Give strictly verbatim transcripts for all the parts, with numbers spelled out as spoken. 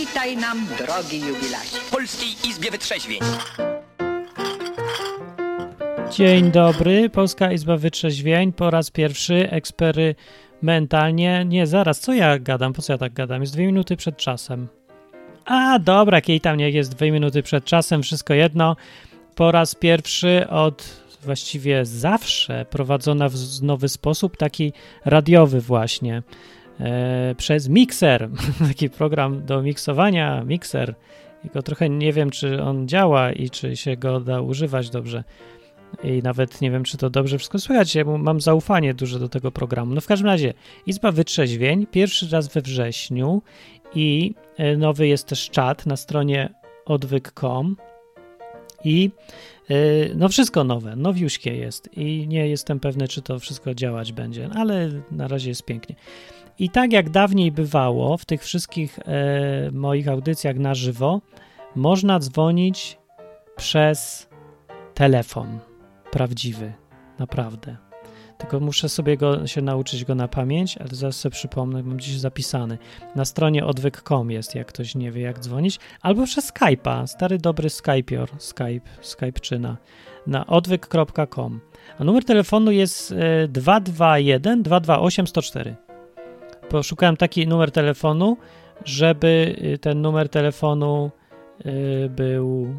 Witaj nam, drogi jubilacie. W Polskiej Izbie Wytrzeźwień. Dzień dobry, Polska Izba Wytrzeźwień. Po raz pierwszy eksperymentalnie. Nie, zaraz, co ja gadam? Po co ja tak gadam? Jest dwie minuty przed czasem. A, dobra, jakiej tam niech jest dwie minuty przed czasem, wszystko jedno. Po raz pierwszy od właściwie zawsze prowadzona w nowy sposób, taki radiowy właśnie, e, przez Mixer, taki program do miksowania, Mixer. Tylko trochę nie wiem, czy on działa i czy się go da używać dobrze. I nawet nie wiem, czy to dobrze wszystko słychać. Ja mam zaufanie duże do tego programu. No w każdym razie, Izba Wytrzeźwień, pierwszy raz we wrześniu i nowy jest też czat na stronie odwyk kropka com i no wszystko nowe, nowiuśkie jest i nie jestem pewny, czy to wszystko działać będzie, ale na razie jest pięknie. I tak jak dawniej bywało w tych wszystkich e, moich audycjach na żywo, można dzwonić przez telefon prawdziwy, naprawdę. Tylko muszę sobie go, się nauczyć go na pamięć, ale zaraz sobie przypomnę, mam gdzieś zapisany. Na stronie odwyk kropka com jest, jak ktoś nie wie, jak dzwonić. Albo przez Skype'a, stary dobry Skype'or, Skype, Skype'czyna, na odwyk kropka com. A numer telefonu jest dwa dwa jeden dwa dwa osiem sto cztery. Poszukałem taki numer telefonu, żeby ten numer telefonu był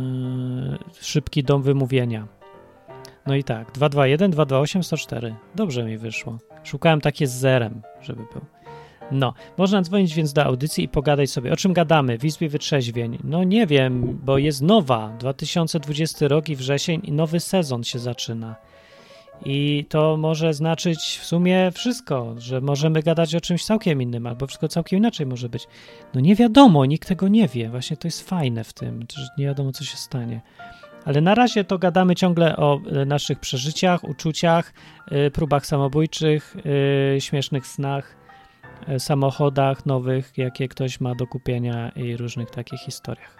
szybki do wymówienia. No i tak, dwa dwa jeden dwa dwa osiem sto cztery. Dobrze mi wyszło. Szukałem takie z zerem, żeby był. No, można dzwonić więc do audycji i pogadać sobie. O czym gadamy w Izbie Wytrzeźwień? No nie wiem, bo jest nowa, dwa tysiące dwudziesty rok i wrzesień i nowy sezon się zaczyna. I to może znaczyć w sumie wszystko, że możemy gadać o czymś całkiem innym, albo wszystko całkiem inaczej może być. No nie wiadomo, nikt tego nie wie. Właśnie to jest fajne w tym, że nie wiadomo, co się stanie. Ale na razie to gadamy ciągle o naszych przeżyciach, uczuciach, próbach samobójczych, śmiesznych snach, samochodach nowych, jakie ktoś ma do kupienia i różnych takich historiach.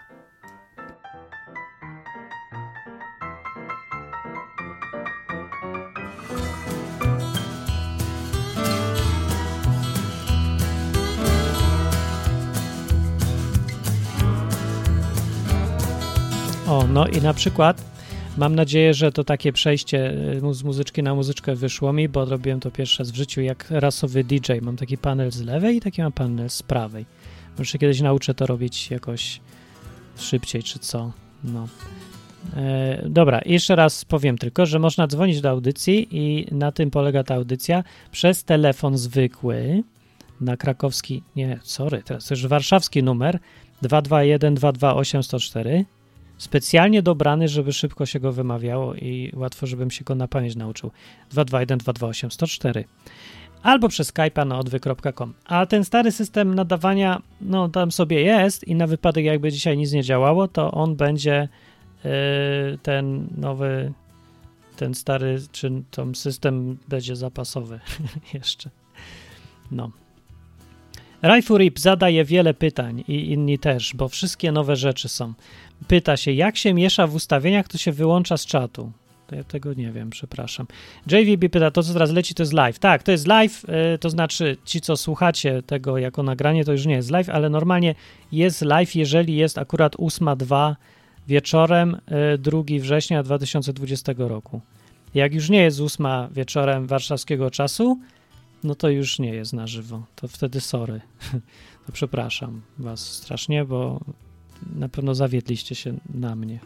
O, no i na przykład mam nadzieję, że to takie przejście z muzyczki na muzyczkę wyszło mi, bo robiłem to pierwszy raz w życiu jak rasowy D J. Mam taki panel z lewej i taki mam panel z prawej. Może się kiedyś nauczę to robić jakoś szybciej czy co. No. E, dobra, jeszcze raz powiem tylko, że można dzwonić do audycji i na tym polega ta audycja przez telefon zwykły na krakowski, nie, sorry, teraz już warszawski numer dwa dwa jeden dwa dwa osiem sto cztery. Specjalnie dobrany, żeby szybko się go wymawiało i łatwo, żebym się go na pamięć nauczył. dwa dwa jeden dwa dwa osiem sto cztery. Albo przez Skype'a na odwyk kropka com. A ten stary system nadawania, no tam sobie jest i na wypadek jakby dzisiaj nic nie działało, to on będzie yy, ten nowy, ten stary, czy ten system będzie zapasowy jeszcze. No. Rajfu Rip zadaje wiele pytań i inni też, bo wszystkie nowe rzeczy są. Pyta się, jak się miesza w ustawieniach, to się wyłącza z czatu. To ja tego nie wiem, przepraszam. J V B pyta, to co teraz leci, to jest live. Tak, to jest live, yy, to znaczy ci, co słuchacie tego jako nagranie, to już nie jest live, ale normalnie jest live, jeżeli jest akurat ósma dwa wieczorem yy, drugiego września dwa tysiące dwudziestego roku. Jak już nie jest ósma wieczorem warszawskiego czasu, no to już nie jest na żywo. To wtedy sorry. To przepraszam was strasznie, bo na pewno zawiedliście się na mnie.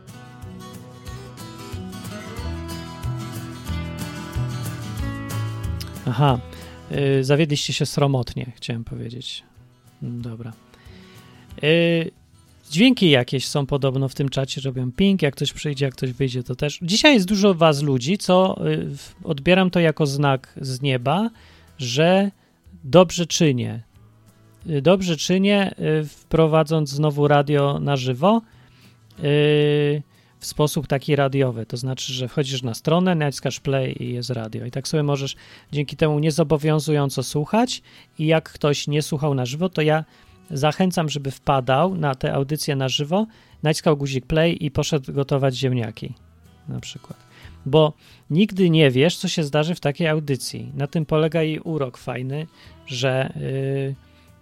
Aha, yy, zawiedliście się sromotnie, chciałem powiedzieć. Dobra. Yy, dźwięki jakieś są podobno w tym czacie, robią ping, jak ktoś przyjdzie, jak ktoś wyjdzie, to też. Dzisiaj jest dużo was ludzi, co yy, odbieram to jako znak z nieba, że dobrze czynię. Dobrze czynię, yy, wprowadząc znowu radio na żywo yy, w sposób taki radiowy. To znaczy, że wchodzisz na stronę, naciskasz play i jest radio. I tak sobie możesz dzięki temu niezobowiązująco słuchać i jak ktoś nie słuchał na żywo, to ja zachęcam, żeby wpadał na te audycje na żywo, naciskał guzik play i poszedł gotować ziemniaki na przykład. Bo nigdy nie wiesz, co się zdarzy w takiej audycji. Na tym polega jej urok fajny, że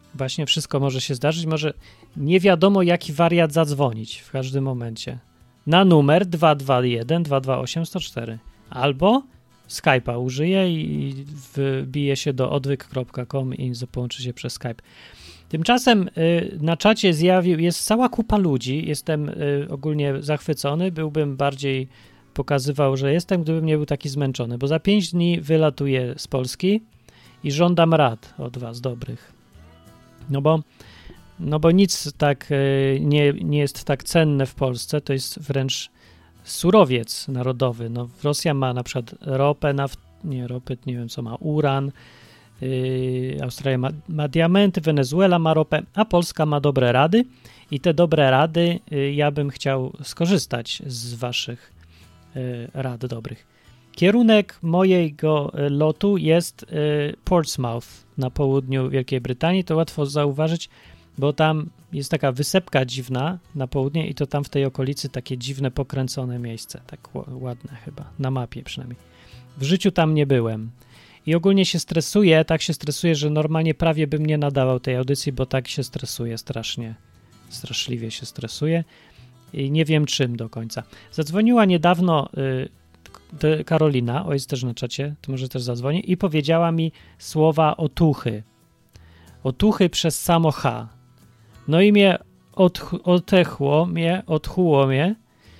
Właśnie wszystko może się zdarzyć, może nie wiadomo jaki wariat zadzwonić w każdym momencie. Na numer dwa dwa jeden dwa dwa osiem zero cztery albo Skype'a użyje i wbije się do odwyk kropka com i połączy się przez Skype. Tymczasem y, na czacie zjawił, jest cała kupa ludzi, jestem y, ogólnie zachwycony, byłbym bardziej pokazywał, że jestem, gdybym nie był taki zmęczony, bo za pięć dni wylatuję z Polski i żądam rad od was dobrych. No bo, no bo nic tak y, nie, nie jest tak cenne w Polsce, to jest wręcz surowiec narodowy. No, Rosja ma na przykład ropę, naft, nie ropę, nie wiem co ma, uran, yy, Australia ma, ma diamenty, Wenezuela ma ropę, a Polska ma dobre rady i te dobre rady yy, ja bym chciał skorzystać z waszych yy, rad dobrych. Kierunek mojego lotu jest yy, Portsmouth na południu Wielkiej Brytanii, to łatwo zauważyć, bo tam jest taka wysepka dziwna na południe i to tam w tej okolicy takie dziwne, pokręcone miejsce, tak ładne chyba, na mapie przynajmniej. W życiu tam nie byłem i ogólnie się stresuję, tak się stresuję, że normalnie prawie bym nie nadawał tej audycji, bo tak się stresuję strasznie, straszliwie się stresuję i nie wiem czym do końca. Zadzwoniła niedawno y, Karolina, o jest też na czacie, to może też zadzwoni, i powiedziała mi słowa otuchy. Otuchy przez samo H. No i mnie odch- otechło, mnie, otchuło mnie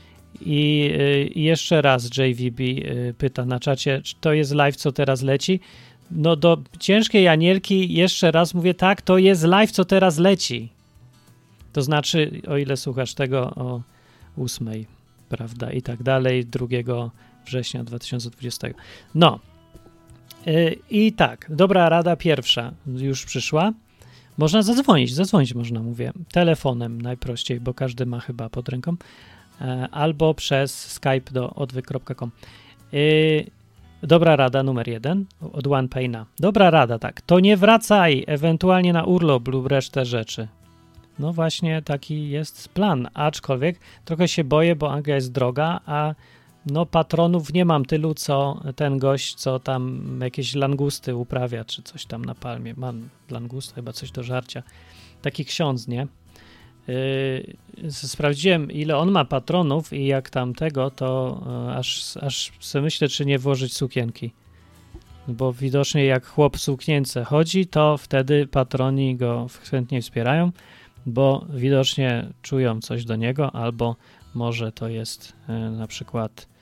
i y, jeszcze raz J V B y, pyta na czacie, czy to jest live, co teraz leci. No do ciężkiej Anielki jeszcze raz mówię, tak, to jest live, co teraz leci. To znaczy, o ile słuchasz tego o ósmej, prawda, i tak dalej, drugiego września dwa tysiące dwudziestego. No y, i tak, dobra rada pierwsza już przyszła. Można zadzwonić, zadzwonić można, mówię, telefonem najprościej, bo każdy ma chyba pod ręką, e, albo przez Skype do odwyk kropka com. Yy, dobra rada numer jeden od One Paina. Dobra rada, tak, to nie wracaj, ewentualnie na urlop lub resztę rzeczy. No właśnie taki jest plan, aczkolwiek trochę się boję, bo Anglia jest droga, a no patronów nie mam tylu, co ten gość, co tam jakieś langusty uprawia, czy coś tam na Palmie. Mam langusty, chyba coś do żarcia. Taki ksiądz, nie? Yy, sprawdziłem, ile on ma patronów i jak tam tego, to yy, aż, aż sobie myślę, czy nie włożyć sukienki. Bo widocznie jak chłop w sukience chodzi, to wtedy patroni go chętnie wspierają, bo widocznie czują coś do niego, albo może to jest yy, na przykład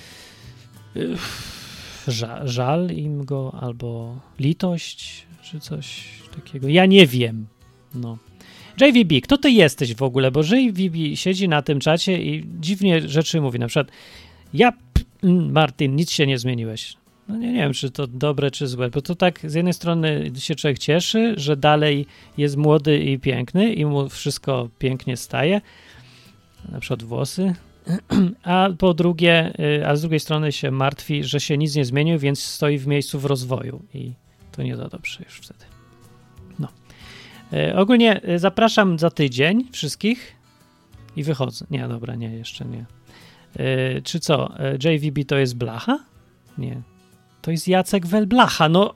Żal, żal im go, albo litość, czy coś takiego. Ja nie wiem. No. J V B, kto ty jesteś w ogóle? Bo J V B siedzi na tym czacie i dziwnie rzeczy mówi. Na przykład, ja, Martin, nic się nie zmieniłeś. No nie, nie wiem, czy to dobre, czy złe, bo to tak z jednej strony się człowiek cieszy, że dalej jest młody i piękny i mu wszystko pięknie staje. Na przykład włosy. A po drugie, a z drugiej strony się martwi, że się nic nie zmienił, więc stoi w miejscu w rozwoju i to nie za dobrze już wtedy. No. E, ogólnie zapraszam za tydzień wszystkich i wychodzę. Nie, dobra, nie, jeszcze nie. E, czy co? J V B to jest Blacha? Nie. To jest Jacek Welblacha. No,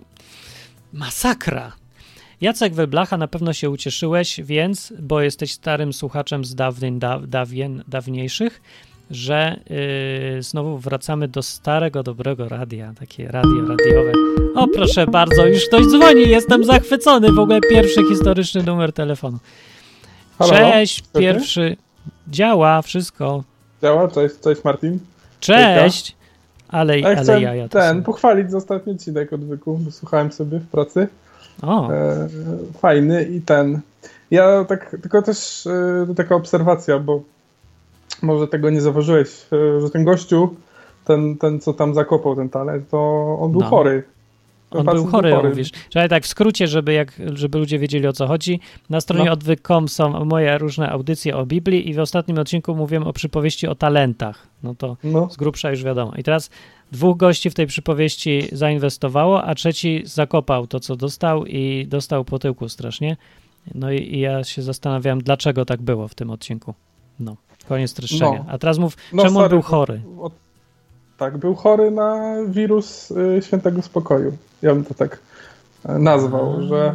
masakra. Jacek Welblacha, na pewno się ucieszyłeś, więc, bo jesteś starym słuchaczem z dawien, da, dawien, dawniejszych, że yy, znowu wracamy do starego, dobrego radia, takie radio radiowe. O, proszę bardzo, już ktoś dzwoni, jestem zachwycony, w ogóle pierwszy historyczny numer telefonu. Halo, cześć, pierwszy, działa, wszystko. Działa, cześć, cześć Martin. Cześć, ale, ja ale ja, ja to ten, są... pochwalić za ostatni odcinek odwyku, bo słuchałem sobie w pracy. O. E, fajny i ten. Ja tak, tylko też e, taka obserwacja, bo może tego nie zauważyłeś, e, że ten gościu, ten, ten co tam zakopał ten talent, to on był no. chory. On był chory, chory. Mówisz. Czyli tak w skrócie, żeby, jak, żeby ludzie wiedzieli, o co chodzi. Na stronie no. odwyk kropka com są moje różne audycje o Biblii i w ostatnim odcinku mówiłem o przypowieści o talentach. No to no. z grubsza już wiadomo. I teraz dwóch gości w tej przypowieści zainwestowało, a trzeci zakopał to, co dostał i dostał po tyłku strasznie. No i, i ja się zastanawiałem, dlaczego tak było w tym odcinku. No, koniec streszczenia. No. A teraz mów, no, czemu sorry, on był chory? O, tak, był chory na wirus y, świętego spokoju. Ja bym to tak nazwał, a, że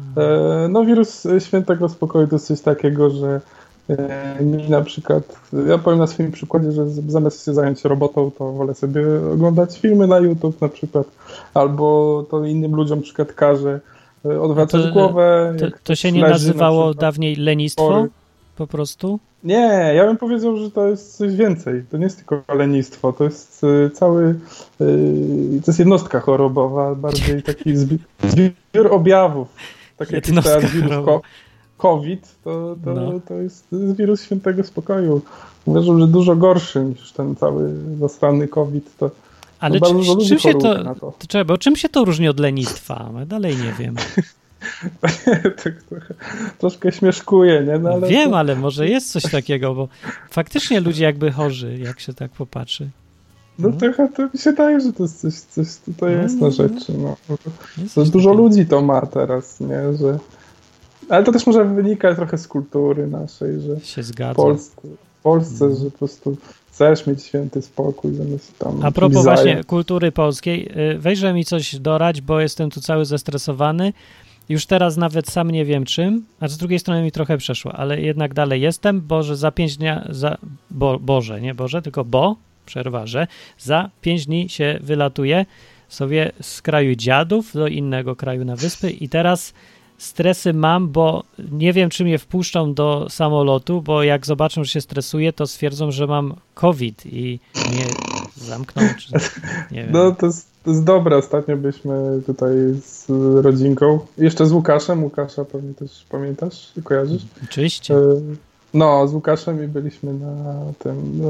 E, no wirus świętego spokoju to jest coś takiego, że e, mi na przykład, ja powiem na swoim przykładzie, że zamiast się zająć robotą, to wolę sobie oglądać filmy na YouTube na przykład, albo to innym ludziom na przykład każę e, odwracać to, głowę. To, to się nie nazywało na dawniej lenistwo? Pory. Po prostu? Nie, ja bym powiedział, że to jest coś więcej. To nie jest tylko lenistwo, to jest y, cały, y, to jest jednostka chorobowa, bardziej taki zbi- zbiór objawów. Tak jak jest teraz wirus ko- COVID, to, to, no. to jest wirus świętego spokoju. Uważam, że dużo gorszy niż ten cały zasrany COVID. To, Ale to czy, bardzo czym się to, to. to trzeba, bo czym się to różni od lenistwa? Ja dalej nie wiem. tak trochę, troszkę śmieszkuję, nie? No, ale wiem, to... ale może jest coś takiego, bo faktycznie ludzie jakby chorzy, jak się tak popatrzy. No, no trochę to mi się daje, że to jest coś, coś tutaj no, jest na rzeczy. No. To dużo takiego. Ludzi to ma teraz, nie? Że... Ale to też może wynika trochę z kultury naszej, że się zgadza. w Polsce, w Polsce no. że po prostu chcesz mieć święty spokój zamiast tam... A propos właśnie kultury polskiej, weźże mi coś dorać, bo jestem tu cały zestresowany. Już teraz nawet sam nie wiem czym, a z drugiej strony mi trochę przeszło, ale jednak dalej jestem, bo że za pięć dni, za, bo, Boże, nie Boże, tylko bo, przerwa, że za pięć dni się wylatuje sobie z kraju dziadów do innego kraju na wyspy i teraz stresy mam, bo nie wiem, czy mnie wpuszczą do samolotu, bo jak zobaczą, że się stresuję, to stwierdzą, że mam COVID i mnie zamkną, czy nie wiem. No to jest, to jest dobre. Ostatnio byliśmy tutaj z rodzinką. Jeszcze z Łukaszem. Łukasza pewnie też pamiętasz? Kojarzysz? Oczywiście. No, z Łukaszem i byliśmy na tym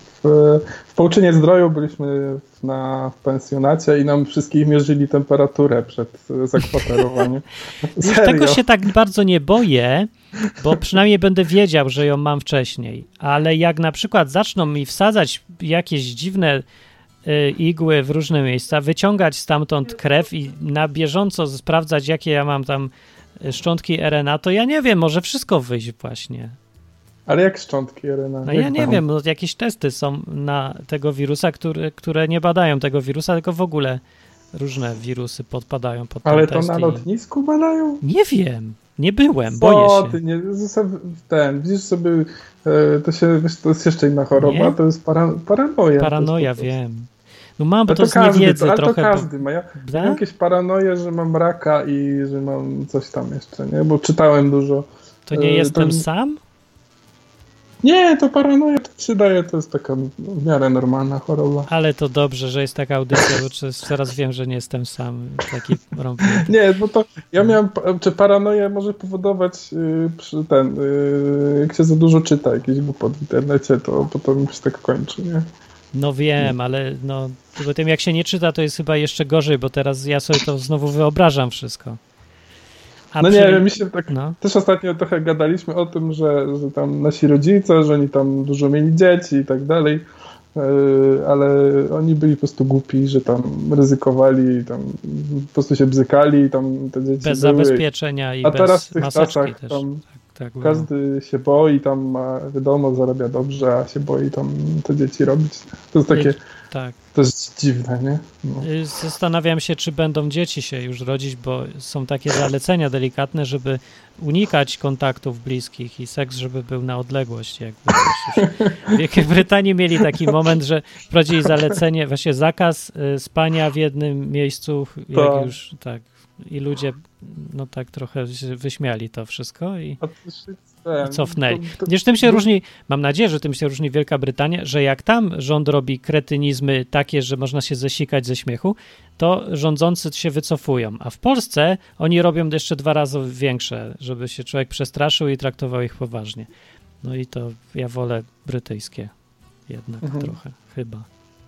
w, w Połczynie Zdroju byliśmy na w pensjonacie i nam wszystkich mierzyli temperaturę przed zakwaterowaniem. Już tego się tak bardzo nie boję, bo przynajmniej będę wiedział, że ją mam wcześniej. Ale jak na przykład zaczną mi wsadzać jakieś dziwne y, igły w różne miejsca, wyciągać stamtąd krew i na bieżąco sprawdzać, jakie ja mam tam szczątki R N A, to ja nie wiem, może wszystko wyjść właśnie. Ale jak szczątki R N A? No jak ja nie tam? wiem, no jakieś testy są na tego wirusa, które, które nie badają tego wirusa, tylko w ogóle różne wirusy podpadają pod ten Ale test. to na lotnisku badają? Nie wiem, nie byłem, Co boję się. Ty nie, ten, widzisz sobie, to, się, to jest jeszcze inna choroba, nie? To jest para, paranoja. Paranoja, to jest wiem. No mam, bo ale to, to z każdy, niewiedzy to, ale trochę. to każdy ma. Ja bo... mam jakieś paranoje, że mam raka i że mam coś tam jeszcze, nie? Bo czytałem dużo. To nie jestem to... sam? Nie, to paranoja to się daje, to jest taka w miarę normalna choroba. Ale to dobrze, że jest taka audycja, bo teraz wiem, że nie jestem sam. Taki rąb... Nie, bo to ja miałem, czy paranoja może powodować yy, ten, yy, jak się za dużo czyta jakiś głupot w internecie, to potem się tak kończy, nie? No wiem, ale no, po tym jak się nie czyta, to jest chyba jeszcze gorzej, bo teraz ja sobie to znowu wyobrażam wszystko. A no przy... nie wiem, mi się tak, no. też ostatnio trochę gadaliśmy o tym, że, że tam nasi rodzice, że oni tam dużo mieli dzieci i tak dalej, yy, ale oni byli po prostu głupi, że tam ryzykowali, tam po prostu się bzykali i tam te dzieci bez były. zabezpieczenia i A bez teraz w tych maseczki czasach też. Tam tak, tak każdy się boi, tam ma, wiadomo, zarabia dobrze, a się boi tam te dzieci robić. To jest takie, I, tak. to jest dziwne, nie? No. Zastanawiam się, czy będą dzieci się już rodzić, bo są takie zalecenia delikatne, żeby unikać kontaktów bliskich i seks, żeby był na odległość. Jakby coś już. W Wielkiej Brytanii mieli taki moment, że wprowadzili zalecenie, właśnie zakaz y, spania w jednym miejscu, jak to. już tak. I ludzie no tak trochę wyśmiali to wszystko i, i cofnęli. Wiesz, tym się różni, mam nadzieję, że tym się różni Wielka Brytania, że jak tam rząd robi kretynizmy takie, że można się zesikać ze śmiechu, to rządzący się wycofują. A w Polsce oni robią jeszcze dwa razy większe, żeby się człowiek przestraszył i traktował ich poważnie. No i to ja wolę brytyjskie jednak mhm. trochę, chyba.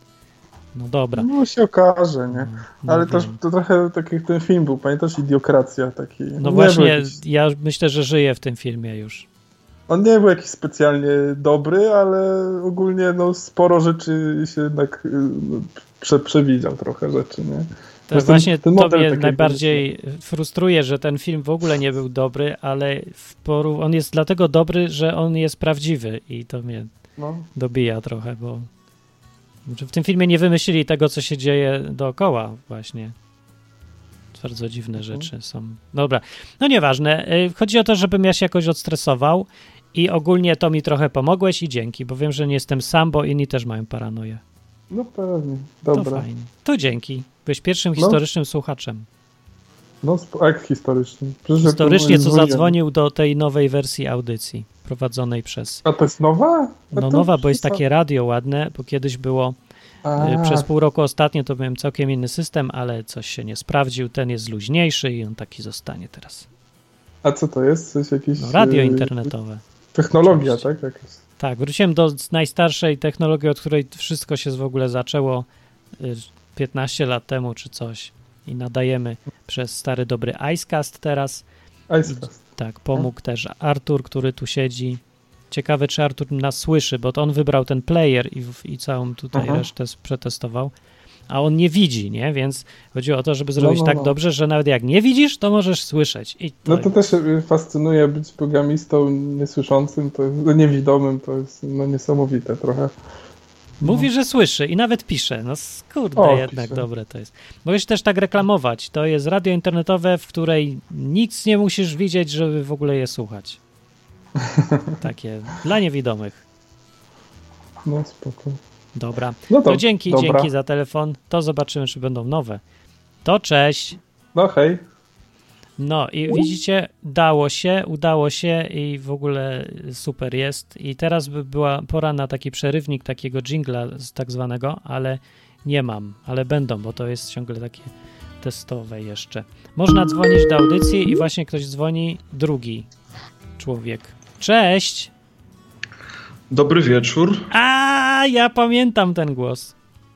No dobra. No się okaże, nie? No, no ale wiem. też to trochę tak jak ten film był, pamiętasz? Idiokracja taki. No właśnie, jakiś... ja myślę, że żyję w tym filmie już. On nie był jakiś specjalnie dobry, ale ogólnie no sporo rzeczy się jednak prze, przewidział trochę rzeczy, nie? To właśnie ten to mnie najbardziej frustruje, że ten film w ogóle nie był dobry, ale w poru... on jest dlatego dobry, że on jest prawdziwy i to mnie no. dobija trochę, bo w tym filmie nie wymyślili tego, co się dzieje dookoła właśnie. Bardzo dziwne rzeczy są. Dobra, no nieważne. Chodzi o to, żebym ja się jakoś odstresował i ogólnie to mi trochę pomogłeś i dzięki, bo wiem, że nie jestem sam, bo inni też mają paranoję. No pewnie, dobra. To fajnie. To dzięki. Byłeś pierwszym historycznym no. słuchaczem. No, jak historyczny? Przecież Historycznie, co zadzwonił do tej nowej wersji audycji prowadzonej przez... A to jest nowa? A no nowa, bo jest takie radio ładne, bo kiedyś było A. przez pół roku ostatnio to miałem całkiem inny system, ale coś się nie sprawdził, ten jest luźniejszy i on taki zostanie teraz. A co to jest? Coś jakieś... No, radio internetowe. Technologia, tak? Jakaś. Tak, wróciłem do najstarszej technologii, od której wszystko się w ogóle zaczęło piętnaście lat temu czy coś. I nadajemy przez stary dobry Icecast teraz. Icecast. I, tak, pomógł no. też Artur, który tu siedzi. Ciekawe, czy Artur nas słyszy, bo to on wybrał ten player i, i całą tutaj Aha. resztę przetestował. A on nie widzi, nie? Więc chodziło o to, żeby zrobić no, no, tak no. dobrze, że nawet jak nie widzisz, to możesz słyszeć. I to... No to też fascynuje być programistą niesłyszącym, to jest, niewidomym, to jest no, niesamowite trochę. Mówi, no. że słyszy i nawet pisze. No kurde, o, jednak pisze. Dobre to jest. Możesz też tak reklamować. To jest radio internetowe, w której nic nie musisz widzieć, żeby w ogóle je słuchać. Takie dla niewidomych. No spoko. Dobra. No to, to dzięki, dobra. dzięki za telefon. To zobaczymy, czy będą nowe. To cześć. No hej. No i widzicie, dało się, udało się i w ogóle super jest. I teraz by była pora na taki przerywnik takiego dżingla z tak zwanego, ale nie mam, ale będą, bo to jest ciągle takie testowe jeszcze. Można dzwonić do audycji i właśnie ktoś dzwoni, drugi człowiek. Cześć! Dobry wieczór. A, ja pamiętam ten głos.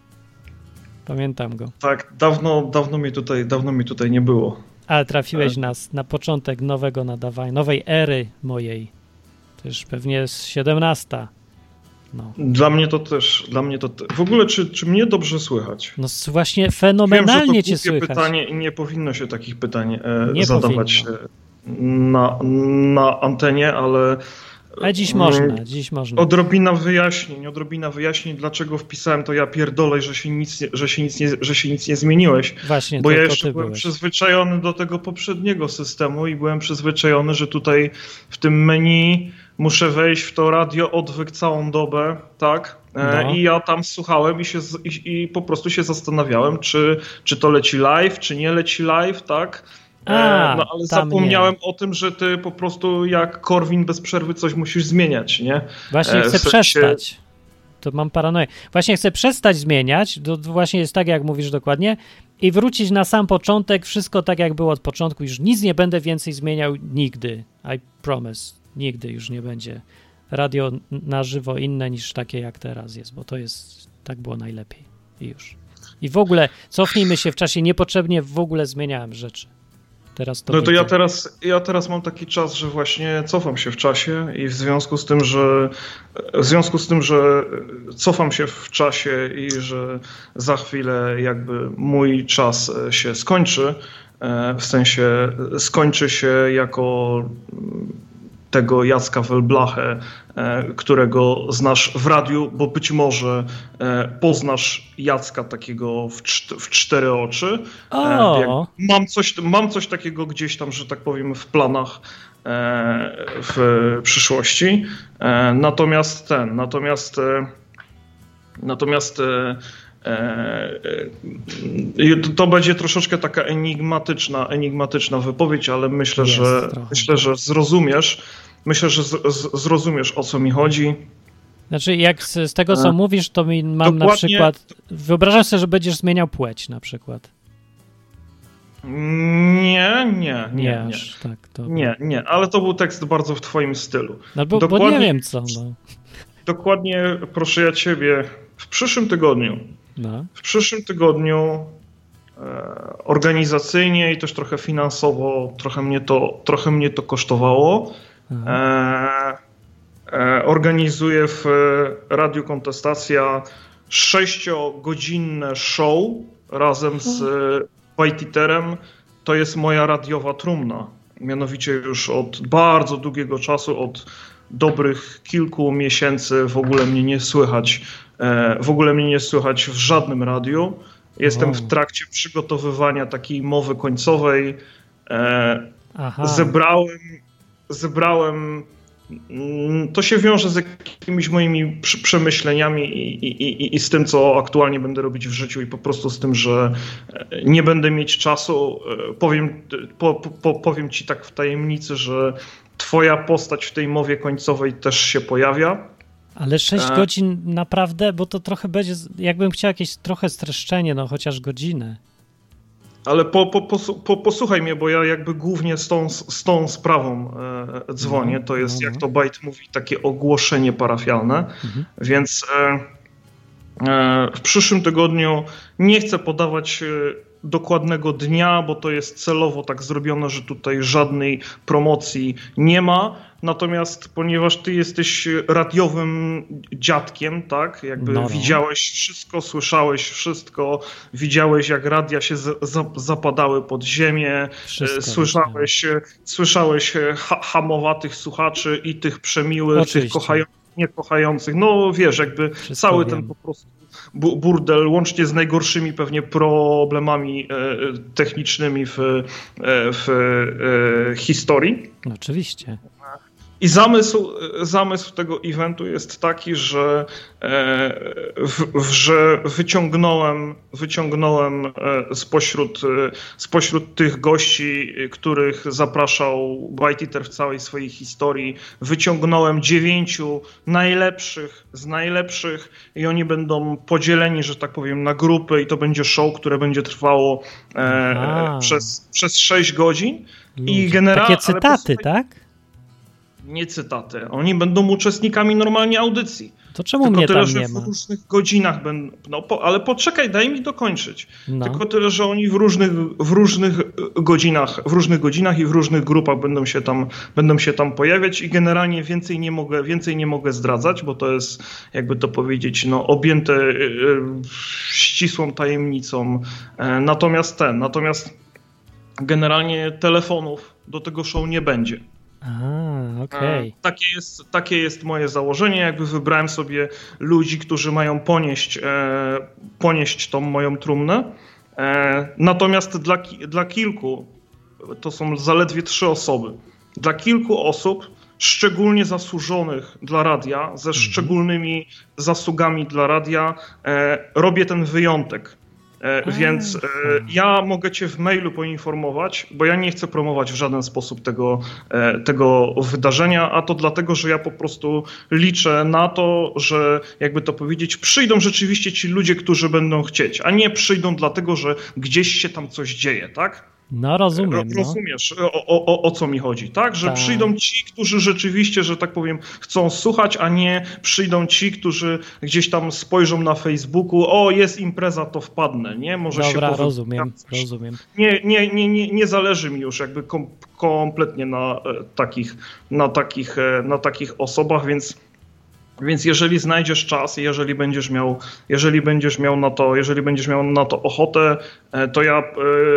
Pamiętam go. Tak, dawno, dawno mi tutaj, dawno mi tutaj nie było. Ale trafiłeś nas na początek nowego nadawania, nowej ery mojej. To już pewnie jest siedemnasta. No. Dla mnie to też, dla mnie to te... W ogóle, czy, czy mnie dobrze słychać? No właśnie fenomenalnie Wiem, cię słychać. Pytanie i nie powinno się takich pytań e, zadawać na, na antenie, ale... A dziś można, dziś można. Odrobina wyjaśnień, odrobina wyjaśnień, dlaczego wpisałem to ja pierdolę, że się nic, że się nic, nie, że się nic nie zmieniłeś. Właśnie, bo to, ja to jeszcze byłem byłeś. przyzwyczajony do tego poprzedniego systemu i byłem przyzwyczajony, że tutaj w tym menu muszę wejść w to radio odwyk całą dobę, tak? No. I ja tam słuchałem i, się, i, i po prostu się zastanawiałem, czy, czy to leci live, czy nie leci live, tak? A, no ale zapomniałem nie. o tym, że ty po prostu jak Korwin bez przerwy coś musisz zmieniać, nie? Właśnie chcę w sensie... przestać. To mam paranoję. Właśnie chcę przestać zmieniać, to właśnie jest tak, jak mówisz dokładnie, i wrócić na sam początek, wszystko tak, jak było od początku. Już nic nie będę więcej zmieniał nigdy. I promise. Nigdy już nie będzie radio na żywo inne niż takie, jak teraz jest, bo to jest, tak było najlepiej. I już. I w ogóle cofnijmy się w czasie, niepotrzebnie w ogóle zmieniałem rzeczy. Teraz to no to ja teraz, ja teraz mam taki czas, że właśnie cofam się w czasie i w związku z tym, że w związku z tym, że cofam się w czasie i że za chwilę jakby mój czas się skończy, w sensie skończy się jako tego Jacka Welblachę, którego znasz w radiu, bo być może poznasz Jacka takiego w, czt- w cztery oczy. O. Mam coś, mam coś takiego gdzieś tam, że tak powiem, w planach w przyszłości. Natomiast ten, natomiast natomiast to będzie troszeczkę taka enigmatyczna, enigmatyczna wypowiedź, ale myślę, Jest że trochę. myślę, że zrozumiesz. Myślę, że z, z, zrozumiesz, o co mi chodzi. Znaczy, jak z, z tego, co mówisz, to mi mam Dokładnie. na przykład... Wyobrażam sobie, że będziesz zmieniał płeć na przykład. Nie, nie, nie. Nie, aż tak, to... nie, nie, ale to był tekst bardzo w twoim stylu. No bo, bo nie wiem co. No. Dokładnie, proszę ja ciebie, w przyszłym tygodniu, no. w przyszłym tygodniu e, organizacyjnie i też trochę finansowo, trochę mnie to, trochę mnie to kosztowało. E, e, organizuję w Radiu Kontestacja sześciogodzinne show razem z Wajtiterem. To jest moja radiowa trumna. Mianowicie już od bardzo długiego czasu, od dobrych kilku miesięcy w ogóle mnie nie słychać, e, w ogóle mnie nie słychać w żadnym radiu. Jestem Wow. w trakcie przygotowywania takiej mowy końcowej. E, Aha. zebrałem, zebrałem, mm, to się wiąże z jakimiś moimi przy- przemyśleniami i, i, i, i z tym, co aktualnie będę robić w życiu i po prostu z tym, że e, nie będę mieć czasu. E, Powiem, po, po, powiem ci tak w tajemnicy, że twoja postać w tej mowie końcowej też się pojawia. Ale sześć A. godzin naprawdę, bo to trochę będzie, z- jakbym chciał jakieś trochę streszczenie, no chociaż godzinę. Ale po, po, posu- po, posłuchaj mnie, bo ja jakby głównie z tą, z tą sprawą e, dzwonię. To jest, no, jak no. to Byte mówi, takie ogłoszenie parafialne. Mhm. Więc e, e, w przyszłym tygodniu nie chcę podawać e, dokładnego dnia, bo to jest celowo tak zrobione, że tutaj żadnej promocji nie ma. Natomiast ponieważ ty jesteś radiowym dziadkiem, tak? Jakby No, no. widziałeś wszystko, słyszałeś wszystko, widziałeś jak radia się z, za, zapadały pod ziemię, Wszystko e, słyszałeś, e, słyszałeś e, ha, hamowatych słuchaczy i tych przemiłych, Oczywiście. tych kochających, niekochających. No wiesz, jakby Wszystko cały wiem. ten po prostu bu- burdel, łącznie z najgorszymi pewnie problemami e, technicznymi w, e, w e, historii. No, oczywiście. I zamysł, zamysł tego eventu jest taki, że, e, w, w, że wyciągnąłem, wyciągnąłem e, spośród, e, spośród tych gości, których zapraszał Byte Eater w całej swojej historii, wyciągnąłem dziewięciu najlepszych z najlepszych i oni będą podzieleni, że tak powiem, na grupy i to będzie show, które będzie trwało e, Aha. przez, przez sześć godzin. Ludzie. generalnie- Takie cytaty, ale posłuchaj- tak? Nie cytaty. Oni będą uczestnikami normalnie audycji. To czemu Tylko mnie tyle, tam że nie ma? w różnych godzinach będą. No, po, ale poczekaj, daj mi dokończyć. No. Tylko tyle, że oni w różnych, w różnych godzinach, w różnych godzinach i w różnych grupach będą się tam, będą się tam pojawiać i generalnie więcej nie mogę, więcej nie mogę zdradzać, bo to jest, jakby to powiedzieć, no, objęte y, y, ścisłą tajemnicą. E, natomiast ten, natomiast generalnie telefonów do tego show nie będzie. A, okej. E, Takie jest, takie jest moje założenie. Jakby wybrałem sobie ludzi, którzy mają ponieść, e, ponieść tą moją trumnę. E, natomiast dla, ki- dla kilku, to są zaledwie trzy osoby, dla kilku osób, szczególnie zasłużonych dla radia, ze szczególnymi zasługami dla radia, e, robię ten wyjątek. E, A, Więc e, fajnie. ja mogę cię w mailu poinformować, bo ja nie chcę promować w żaden sposób tego, e, tego wydarzenia, a to dlatego, że ja po prostu liczę na to, że jakby to powiedzieć, przyjdą rzeczywiście ci ludzie, którzy będą chcieć, a nie przyjdą dlatego, że gdzieś się tam coś dzieje, tak? No rozumiem, Ro- no. Rozumiesz, o, o, o, o co mi chodzi, tak? Że Tak. przyjdą ci, którzy rzeczywiście, że tak powiem, chcą słuchać, a nie przyjdą ci, którzy gdzieś tam spojrzą na Facebooku, o, jest impreza, to wpadnę, nie? Może się Dobra, powiem. rozumiem, rozumiem. Nie, nie, nie, nie, nie zależy mi już jakby kom, kompletnie na e, takich, na takich, e, na takich osobach, więc Więc jeżeli znajdziesz czas, jeżeli będziesz miał, jeżeli będziesz miał na to, jeżeli będziesz miał na to ochotę, e, to ja e,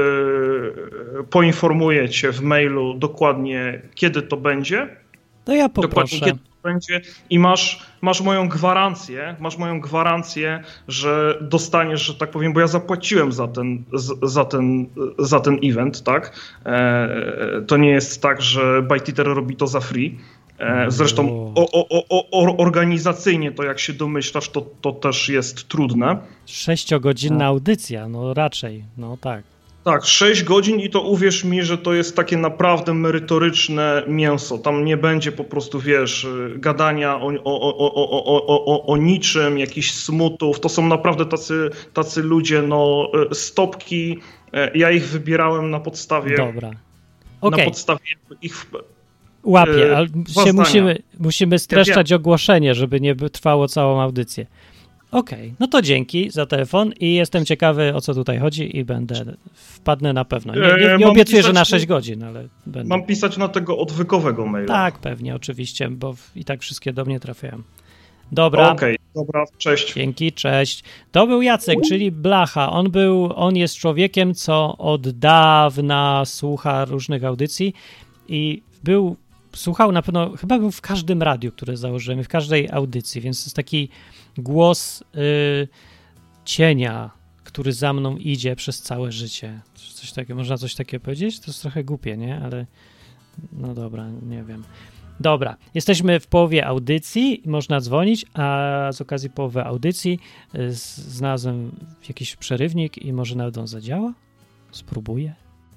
poinformuję cię w mailu dokładnie, kiedy to będzie. To ja Dokładnie poproszę. kiedy to będzie i masz, masz moją gwarancję, masz moją gwarancję, że dostaniesz, że tak powiem, bo ja zapłaciłem za ten, z- za ten, za ten event, tak? E, to nie jest tak, że Byte Eater robi to za free. E, Zresztą o, o, o, o, organizacyjnie to, jak się domyślasz, to, to też jest trudne. Sześciogodzinna audycja, no raczej, no tak. Tak, sześć godzin i to uwierz mi, że to jest takie naprawdę merytoryczne mięso. Tam nie będzie po prostu, wiesz, gadania o, o, o, o, o, o, o, o niczym, jakichś smutów. To są naprawdę tacy, tacy ludzie, no stopki. Ja ich wybierałem na podstawie, Dobra. na Okej, podstawie ich... łapię, e, ale dwa się zdania. musimy, musimy streszczać ogłoszenie, żeby nie by- trwało całą audycję. Okej, no to dzięki za telefon i jestem ciekawy, o co tutaj chodzi i będę, wpadnę na pewno. Nie, nie, E, nie mam obiecuję, że pisać- na sześć godzin, ale będę. Mam pisać na tego odwykowego maila. Tak, pewnie, oczywiście, bo w- i tak wszystkie do mnie trafiają. Dobra. Okej, dobra, cześć. Dzięki, cześć. To był Jacek, czyli Blacha. On był, on jest człowiekiem, co od dawna słucha różnych audycji i był, słuchał na pewno, chyba był w każdym radiu, które założyłem, w każdej audycji, więc to jest taki głos y, cienia, który za mną idzie przez całe życie. Coś takiego, można coś takiego powiedzieć? To jest trochę głupie, nie? Ale no dobra, nie wiem. Dobra, jesteśmy w połowie audycji, można dzwonić, a z okazji połowy audycji znalazłem jakiś przerywnik i może nawet on zadziała? Spróbuję.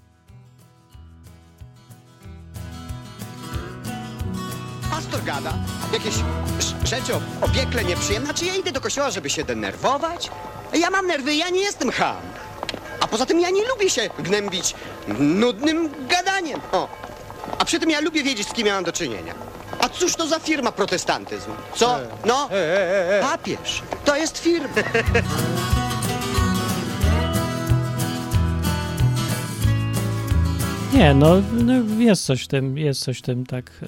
Pastor gada jakieś sz- rzeczy o, o piekle nieprzyjemne. Czy ja idę do kościoła, żeby się denerwować? Ja mam nerwy, ja nie jestem cham. A poza tym ja nie lubię się gnębić nudnym gadaniem. O. A przy tym ja lubię wiedzieć, z kim ja mam do czynienia. A cóż to za firma protestantyzm? Co? No? Papież. To jest firma. Nie, no, no jest coś w tym, jest coś w tym, tak.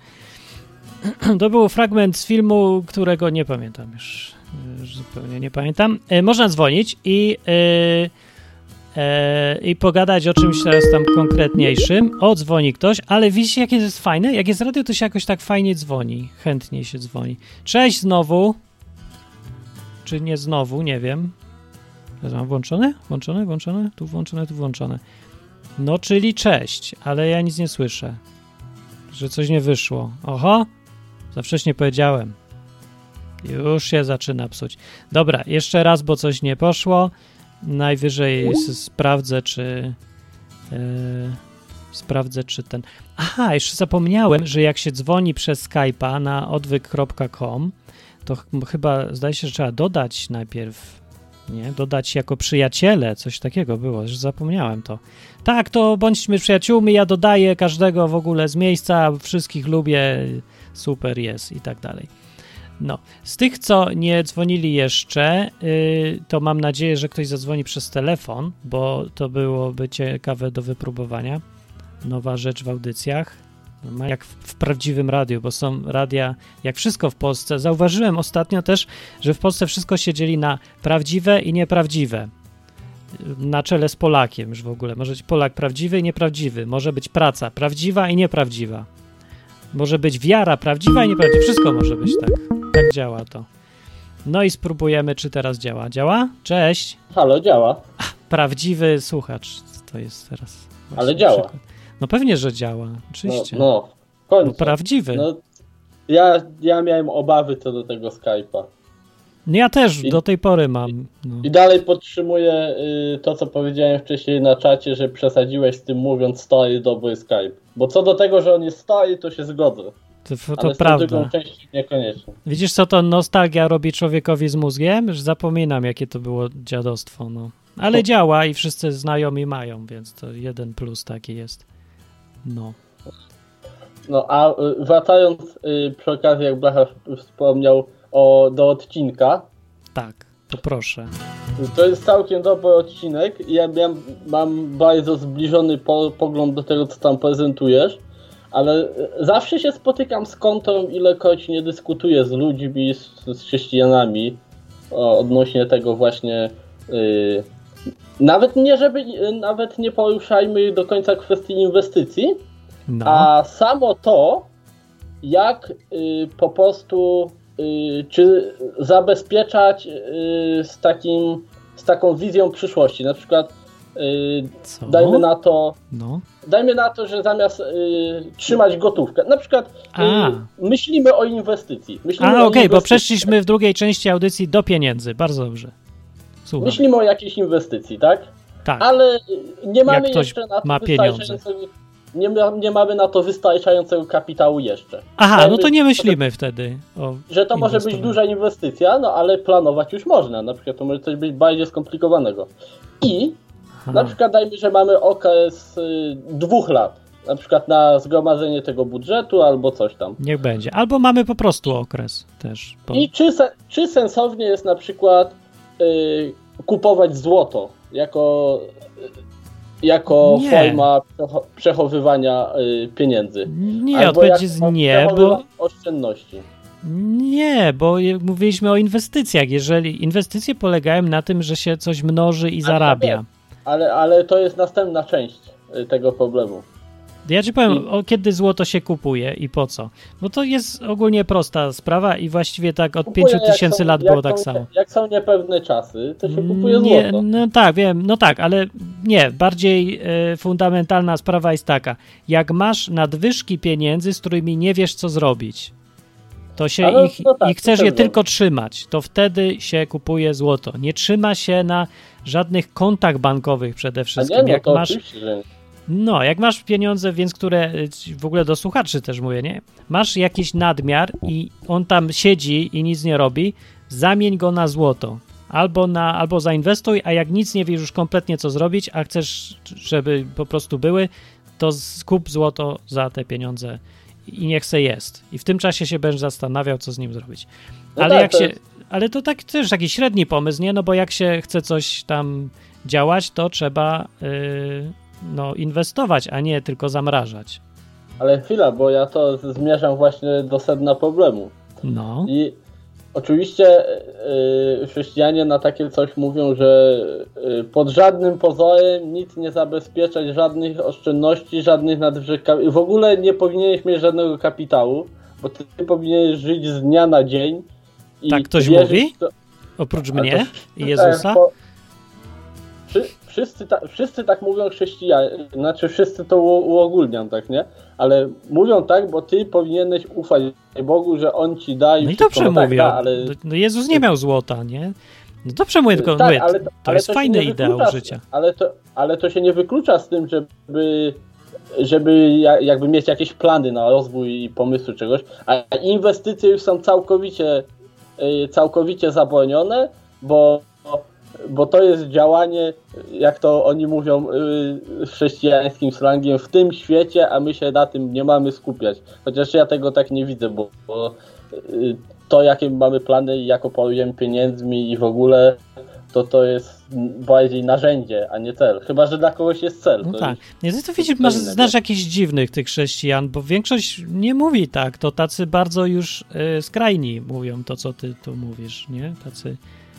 Yy, to był fragment z filmu, którego nie pamiętam już, już zupełnie nie pamiętam. Yy, można dzwonić i, yy, yy, i pogadać o czymś teraz tam konkretniejszym. O, dzwoni ktoś, ale widzicie, jakie to jest fajne? Jak jest radio, to się jakoś tak fajnie dzwoni, chętniej się dzwoni. Cześć znowu. Czy nie znowu, nie wiem. Mam włączone? Włączone, włączone? Tu włączone, tu włączone. No, czyli cześć, ale ja nic nie słyszę. Że coś nie wyszło. Oho, za wcześnie powiedziałem. Już się zaczyna psuć. Dobra, jeszcze raz, bo coś nie poszło. Najwyżej sprawdzę, czy... Yy, sprawdzę, czy ten... Aha, jeszcze zapomniałem, że jak się dzwoni przez Skype'a na odwyk kropka com, to ch- chyba zdaje się, że trzeba dodać najpierw... Nie, dodać jako przyjaciele, coś takiego było, już zapomniałem to. Tak, to bądźmy przyjaciółmi, ja dodaję każdego w ogóle z miejsca, wszystkich lubię, super jest i tak dalej. No, z tych, co nie dzwonili jeszcze, yy, to mam nadzieję, że ktoś zadzwoni przez telefon, bo to byłoby ciekawe do wypróbowania. Nowa rzecz w audycjach. Jak w, w prawdziwym radiu, bo są radia, jak wszystko w Polsce. Zauważyłem ostatnio też, że w Polsce wszystko się dzieli na prawdziwe i nieprawdziwe. Na czele z Polakiem już w ogóle. Może być Polak prawdziwy i nieprawdziwy. Może być praca prawdziwa i nieprawdziwa. Może być wiara prawdziwa i nieprawdziwa. Wszystko może być tak. Tak działa to. No i spróbujemy, czy teraz działa. Działa? Cześć. Halo, działa. Prawdziwy słuchacz to jest teraz. Ale działa. Przykład. No pewnie, że działa. Oczywiście. No, no w końcu. No, prawdziwy. No, ja, ja miałem obawy co do tego Skype'a. Ja też I, do tej pory mam. No. I dalej podtrzymuję y, to, co powiedziałem wcześniej na czacie, że przesadziłeś z tym mówiąc stary, dobry Skype. Bo co do tego, że on jest stary, to się zgodzę. To, to ale z prawda. tą drugą częścią niekoniecznie. Widzisz, co to nostalgia robi człowiekowi z mózgiem? Że zapominam, jakie to było dziadostwo. No. Ale no. Działa i wszyscy znajomi mają, więc to jeden plus taki jest. No. No, a y, wracając y, przy okazji, jak Blacha wspomniał o, do odcinka. Tak, to proszę. To jest całkiem dobry odcinek. Ja miałem, mam bardzo zbliżony po, pogląd do tego, co tam prezentujesz, ale zawsze się spotykam z kontrą, ilekroć nie dyskutuję z ludźmi, z, z chrześcijanami o, odnośnie tego właśnie. Yy, nawet nie, żeby, nawet nie poruszajmy do końca kwestii inwestycji, no. A samo to, jak yy, po prostu yy, czy zabezpieczać yy, z takim, z taką wizją przyszłości. Na przykład yy, dajmy na to, no. dajmy na to, że zamiast yy, trzymać gotówkę, na przykład yy, myślimy o inwestycji. Myślimy A, okej, okay, bo przeszliśmy w drugiej części audycji do pieniędzy. Bardzo dobrze. Słucham. Myślimy o jakiejś inwestycji, tak? Tak. Ale nie mamy jak ktoś jeszcze na to ma pieniądze. Nie, nie mamy na to wystarczającego kapitału jeszcze. Aha, Dajmy, no to nie myślimy to, wtedy o że to może być duża inwestycja, no ale planować już można. Na przykład to może coś być bardziej skomplikowanego. I Aha. na przykład dajmy, że mamy okres y, dwóch lat. Na przykład na zgromadzenie tego budżetu albo coś tam. Niech będzie. Albo mamy po prostu okres też. Bo... I czy, czy sensownie jest na przykład y, kupować złoto jako... jako nie. forma przechowywania y, pieniędzy. Nie, odpowiedź jest nie, bo... oszczędności. Nie, bo mówiliśmy o inwestycjach. Jeżeli inwestycje polegają na tym, że się coś mnoży i ale zarabia. Ale, ale to jest następna część tego problemu. Ja ci powiem, I- o, kiedy złoto się kupuje i po co. Bo to jest ogólnie prosta sprawa i właściwie tak od Kupuje, pięciu jak tysięcy są- lat jak było tak są- samo. Jak są niepewne czasy, to się kupuje Nie, złoto. no tak, wiem, no tak, ale nie, bardziej e, fundamentalna sprawa jest taka. Jak masz nadwyżki pieniędzy, z którymi nie wiesz, co zrobić, to się Ale ich, no tak, i chcesz to je też tylko trzymać, to wtedy się kupuje złoto. Nie trzyma się na żadnych kontach bankowych przede A wszystkim. nie, no Jak to masz, oczywiście, że nie. no, jak masz pieniądze, więc które y, w ogóle do słuchaczy też mówię, nie? Masz jakiś nadmiar i on tam siedzi i nic nie robi, zamień go na złoto. Albo, na, albo zainwestuj, a jak nic nie wiesz już kompletnie co zrobić, a chcesz, żeby po prostu były, to skup złoto za te pieniądze i niech se jest. I w tym czasie się będziesz zastanawiał, co z nim zrobić. No Ale tak, jak to się... jest- Ale to tak też taki średni pomysł, nie? No bo jak się chce coś tam działać, to trzeba yy, no, inwestować, a nie tylko zamrażać. Ale chwila, bo ja to z- zmierzam właśnie do sedna problemu. No. I oczywiście y, chrześcijanie na takie coś mówią, że y, pod żadnym pozorem nic nie zabezpieczać, żadnych oszczędności, żadnych nadwyżek. W ogóle nie powinieneś mieć żadnego kapitału, bo ty powinieneś żyć z dnia na dzień. I Tak ktoś wierzyć mówi? w to- Oprócz A to- mnie i Jezusa? Tak, bo wszy, wszyscy, ta, wszyscy tak mówią chrześcijanie, znaczy wszyscy to u- uogólniam, tak, nie? Ale mówią tak, bo ty powinieneś ufać Bogu, że On ci da i No i wszystko. dobrze no tak, mówię. da, ale... No Jezus nie miał złota, nie? No dobrze mówię, tylko tak, mówię, ale, to ale jest się fajny nie ideał wyklucza- życia. Ale to, ale to się nie wyklucza z tym, żeby, żeby ja- jakby mieć jakieś plany na rozwój i pomysły czegoś, a inwestycje już są całkowicie, y, całkowicie zabronione, bo, bo to jest działanie, jak to oni mówią y, chrześcijańskim slangiem, w tym świecie, a my się na tym nie mamy skupiać. Chociaż ja tego tak nie widzę, bo, bo y, to, jakie mamy plany i jak operujemy pieniędzmi i w ogóle, to to jest bardziej narzędzie, a nie cel. Chyba że dla kogoś jest cel. No to tak. już- Nie, ty to widzisz, co masz, innego. znasz jakichś dziwnych tych chrześcijan, bo większość nie mówi tak, to tacy bardzo już y, skrajni mówią to, co ty tu mówisz, nie? Tacy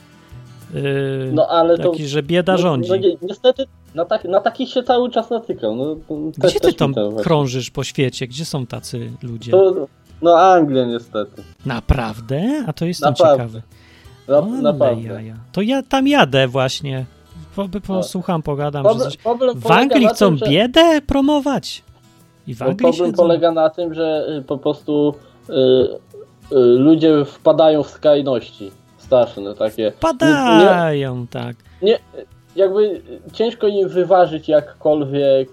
y, No ale to... taki, że bieda rządzi. No, no, ni- niestety na, tak, na takich się cały czas natykam. No, to też- Gdzie ty też tam mi to właśnie. krążysz po świecie? Gdzie są tacy ludzie? To, no Anglia niestety. Naprawdę? A to jestem Naprawdę. ciekawy. Na, Ale naprawdę. jaja. To ja tam jadę właśnie. Po, po, posłucham, pogadam. Że Problem, coś... problem W polega Anglii na chcą tym, że, biedę promować. I w no, Anglii problem siedzą. polega na tym, że y, po prostu y, y, ludzie wpadają w skrajności straszne takie. Nie, Padają, tak. nie, jakby ciężko im wyważyć jakkolwiek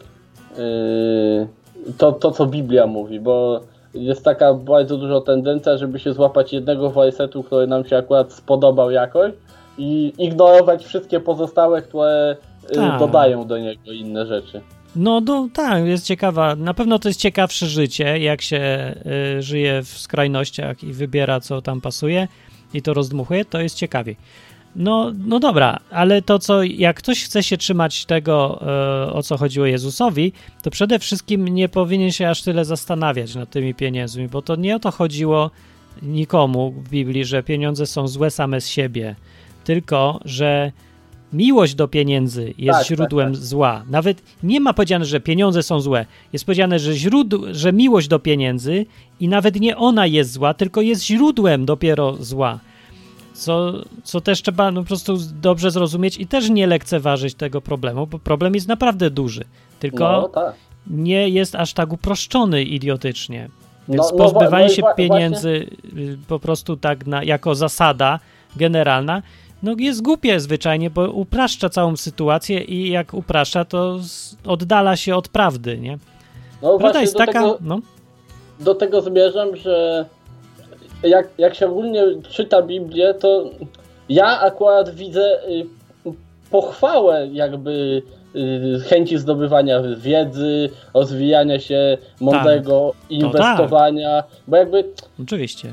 yy, to, to, co Biblia mówi, bo jest taka bardzo duża tendencja, żeby się złapać jednego wersetu, który nam się akurat spodobał jakoś i ignorować wszystkie pozostałe, które yy, Tak. dodają do niego inne rzeczy. No, no tak, jest ciekawa. Na pewno to jest ciekawsze życie, jak się y, żyje w skrajnościach i wybiera, co tam pasuje i to rozdmuchuje, to jest ciekawiej. No, no dobra, ale to co, jak ktoś chce się trzymać tego, y, o co chodziło Jezusowi, to przede wszystkim nie powinien się aż tyle zastanawiać nad tymi pieniędzmi, bo to nie o to chodziło nikomu w Biblii, że pieniądze są złe same z siebie, tylko, że miłość do pieniędzy jest Tak, źródłem tak, tak. zła. Nawet nie ma powiedziane, że pieniądze są złe. Jest powiedziane, że, źródł, że miłość do pieniędzy i nawet nie ona jest zła, tylko jest źródłem dopiero zła. Co, co też trzeba no, po prostu dobrze zrozumieć i też nie lekceważyć tego problemu, bo problem jest naprawdę duży. Tylko No tak. nie jest aż tak uproszczony idiotycznie. Więc No, no, pozbywanie no i się wa- pieniędzy y, po prostu tak na, jako zasada generalna, no jest głupie zwyczajnie, bo upraszcza całą sytuację i jak upraszcza, to z, oddala się od prawdy, nie? No Prawda właśnie jest do taka, tego, no, do tego zmierzam, że jak, jak się ogólnie czyta Biblię, to ja akurat widzę y, pochwałę jakby y, chęci zdobywania wiedzy, rozwijania się, mądrego inwestowania, bo jakby oczywiście.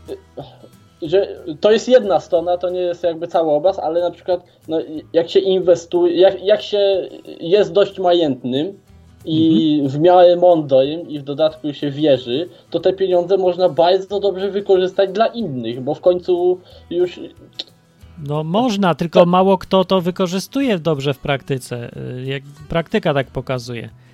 że to jest jedna strona, to nie jest jakby cały obraz, ale na przykład no, jak się inwestuje, jak, jak się jest dość majętnym i Mhm. w miarę mądrym i w dodatku się wierzy, to te pieniądze można bardzo dobrze wykorzystać dla innych, bo w końcu już No można, tylko mało kto to wykorzystuje dobrze w praktyce, y, jak praktyka tak pokazuje.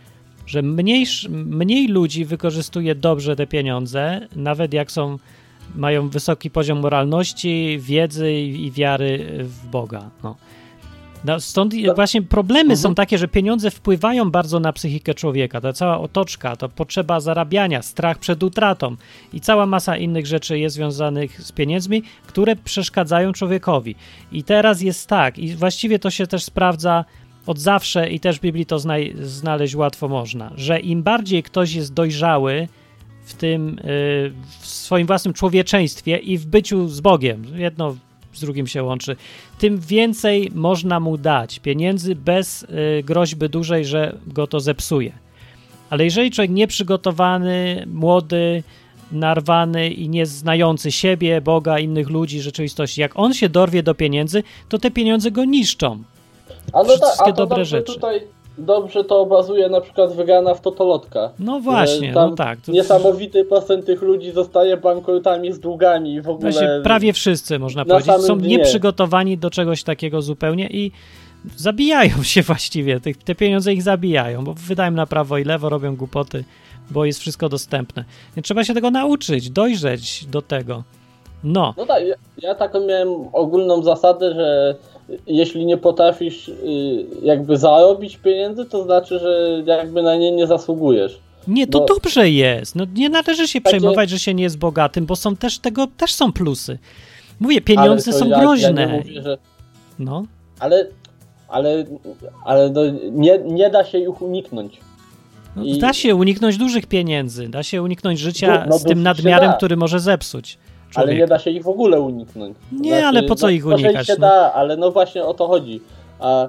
że mniej, mniej ludzi wykorzystuje dobrze te pieniądze, nawet jak są, mają wysoki poziom moralności, wiedzy i, i wiary w Boga. No. No, stąd właśnie problemy mhm. są takie, że pieniądze wpływają bardzo na psychikę człowieka. Ta cała otoczka, to potrzeba zarabiania, strach przed utratą i cała masa innych rzeczy jest związanych z pieniędzmi, które przeszkadzają człowiekowi. I teraz jest tak, i właściwie to się też sprawdza od zawsze i też w Biblii to zna, znaleźć łatwo można, że im bardziej ktoś jest dojrzały w tym, yy, w swoim własnym człowieczeństwie i w byciu z Bogiem, jedno z drugim się łączy, tym więcej można mu dać pieniędzy bez y, groźby dużej, że go to zepsuje. Ale jeżeli człowiek nieprzygotowany, młody, narwany i nieznający siebie, Boga, innych ludzi, rzeczywistości, jak on się dorwie do pieniędzy, to te pieniądze go niszczą. A no Wszystkie tak, a to dobre dobrze rzeczy. Tutaj dobrze to obrazuje na przykład wygrana w totolotka. No właśnie, no tak. To... Niesamowity procent tych ludzi zostaje bankrutami z długami i w ogóle... Właśnie prawie wszyscy, można powiedzieć, są dnie. nieprzygotowani do czegoś takiego zupełnie i zabijają się właściwie. Te, te pieniądze ich zabijają, bo wydają na prawo i lewo, robią głupoty, bo jest wszystko dostępne. Więc trzeba się tego nauczyć, dojrzeć do tego. No. No tak, ja, ja taką miałem ogólną zasadę, że jeśli nie potrafisz y, jakby zarobić pieniędzy, to znaczy, że jakby na nie nie zasługujesz. Nie, to Bo... dobrze jest. No, nie należy się Takie... przejmować, że się nie jest bogatym, bo są też tego, też są plusy. Mówię, pieniądze są ja, groźne. Ja nie mówię, że... No. Ale, ale, ale no, nie, nie da się ich uniknąć. No, I... Da się uniknąć dużych pieniędzy, da się uniknąć życia no, no, z tym nadmiarem, da. który może zepsuć człowieka. Ale nie da się ich w ogóle uniknąć. Nie, znaczy, ale po co no, ich może unikać? się No? da, ale no właśnie o to chodzi. A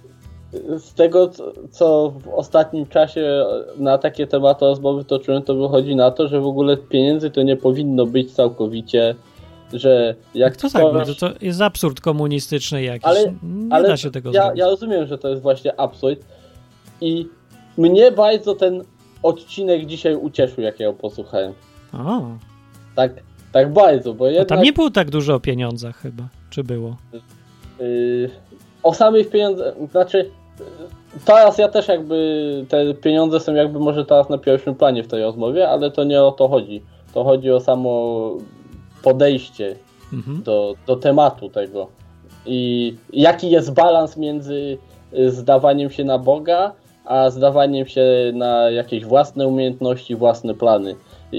z tego, co w ostatnim czasie na takie tematy rozmowy toczyłem, to wychodzi na to, że w ogóle pieniędzy to nie powinno być całkowicie, że jak to ktoś... tak, to, to jest absurd komunistyczny jakiś. Ale, nie ale da się tego ja, zrobić. ja rozumiem, że to jest właśnie absurd i mnie bardzo ten odcinek dzisiaj ucieszył, jak ja go posłuchałem. O. Tak, tak bardzo, bo jednak... A tam nie było tak dużo o pieniądzach chyba, czy było? Yy, o samych pieniądzach, znaczy teraz ja też jakby, te pieniądze są jakby może teraz na pierwszym planie w tej rozmowie, ale to nie o to chodzi. To chodzi o samo podejście mhm. do, do tematu tego i jaki jest balans między zdawaniem się na Boga, a zdawaniem się na jakieś własne umiejętności, własne plany.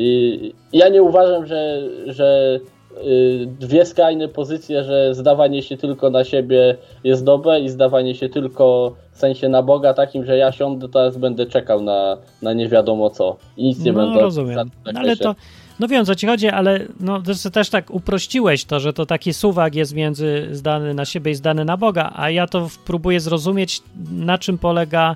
I ja nie uważam, że, że dwie skrajne pozycje, że zdawanie się tylko na siebie jest dobre i zdawanie się tylko w sensie na Boga takim, że ja siądę, teraz będę czekał na, na nie wiadomo co i nic nie no, będę... rozumiem. No ale to, no wiem, co ci chodzi, ale no, to też tak uprościłeś to, że to taki suwak jest między zdany na siebie i zdany na Boga, a ja to próbuję zrozumieć, na czym polega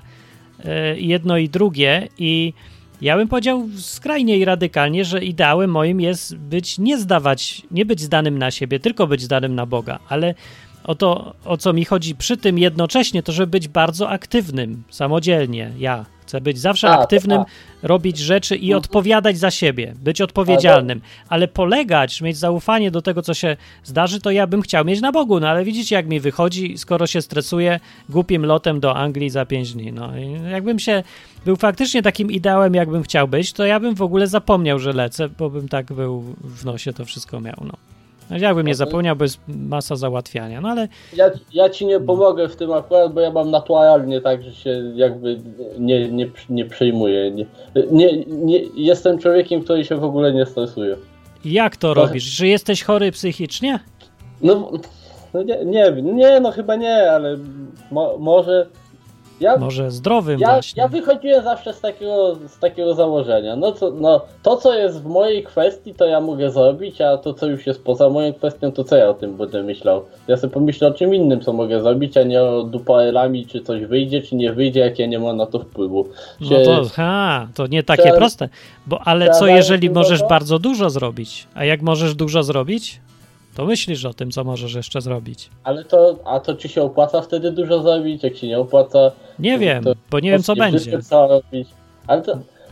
y, jedno i drugie i ja bym powiedział skrajnie i radykalnie, że ideałem moim jest być, nie zdawać, nie być zdanym na siebie, tylko być zdanym na Boga, ale o to, o co mi chodzi przy tym jednocześnie, to żeby być bardzo aktywnym, samodzielnie, ja chcę być zawsze a, aktywnym, a. robić rzeczy i odpowiadać za siebie, być odpowiedzialnym, ale polegać, mieć zaufanie do tego, co się zdarzy, to ja bym chciał mieć na Bogu, no ale widzicie, jak mi wychodzi, skoro się stresuję głupim lotem do Anglii za pięć dni, no i jakbym się był faktycznie takim ideałem, jakbym chciał być, to ja bym w ogóle zapomniał, że lecę, bo bym tak był w nosie to wszystko miał, no. No, jakbym nie zapomniał, bo jest masa załatwiania, no ale... Ja, ja ci nie pomogę w tym akurat, bo ja mam naturalnie tak, że się jakby nie, nie, nie przejmuję. Nie, nie, nie, jestem człowiekiem, który się w ogóle nie stresuje. Jak to robisz? Że jesteś chory psychicznie? No, no nie, nie wiem, nie, no chyba nie, ale mo, może... Ja, Może zdrowym ja, właśnie. Ja wychodziłem zawsze z takiego, z takiego założenia. No, co, no to, co jest w mojej kwestii, to ja mogę zrobić, a to, co już jest poza moją kwestią, to co ja o tym będę myślał? Ja sobie pomyślę o czym innym, co mogę zrobić, a nie o duparelami, czy coś wyjdzie, czy nie wyjdzie, jak ja nie mam na to wpływu. Się... No to, ha, to nie takie Trzeba... proste. Bo, ale co jeżeli możesz bardzo dużo zrobić? A jak możesz dużo zrobić? To myślisz o tym, co możesz jeszcze zrobić. Ale to, a to ci się opłaca wtedy dużo zrobić, jak się nie opłaca? Nie to, wiem, to bo nie wiem, co będzie. Trzeba robić. Ale to,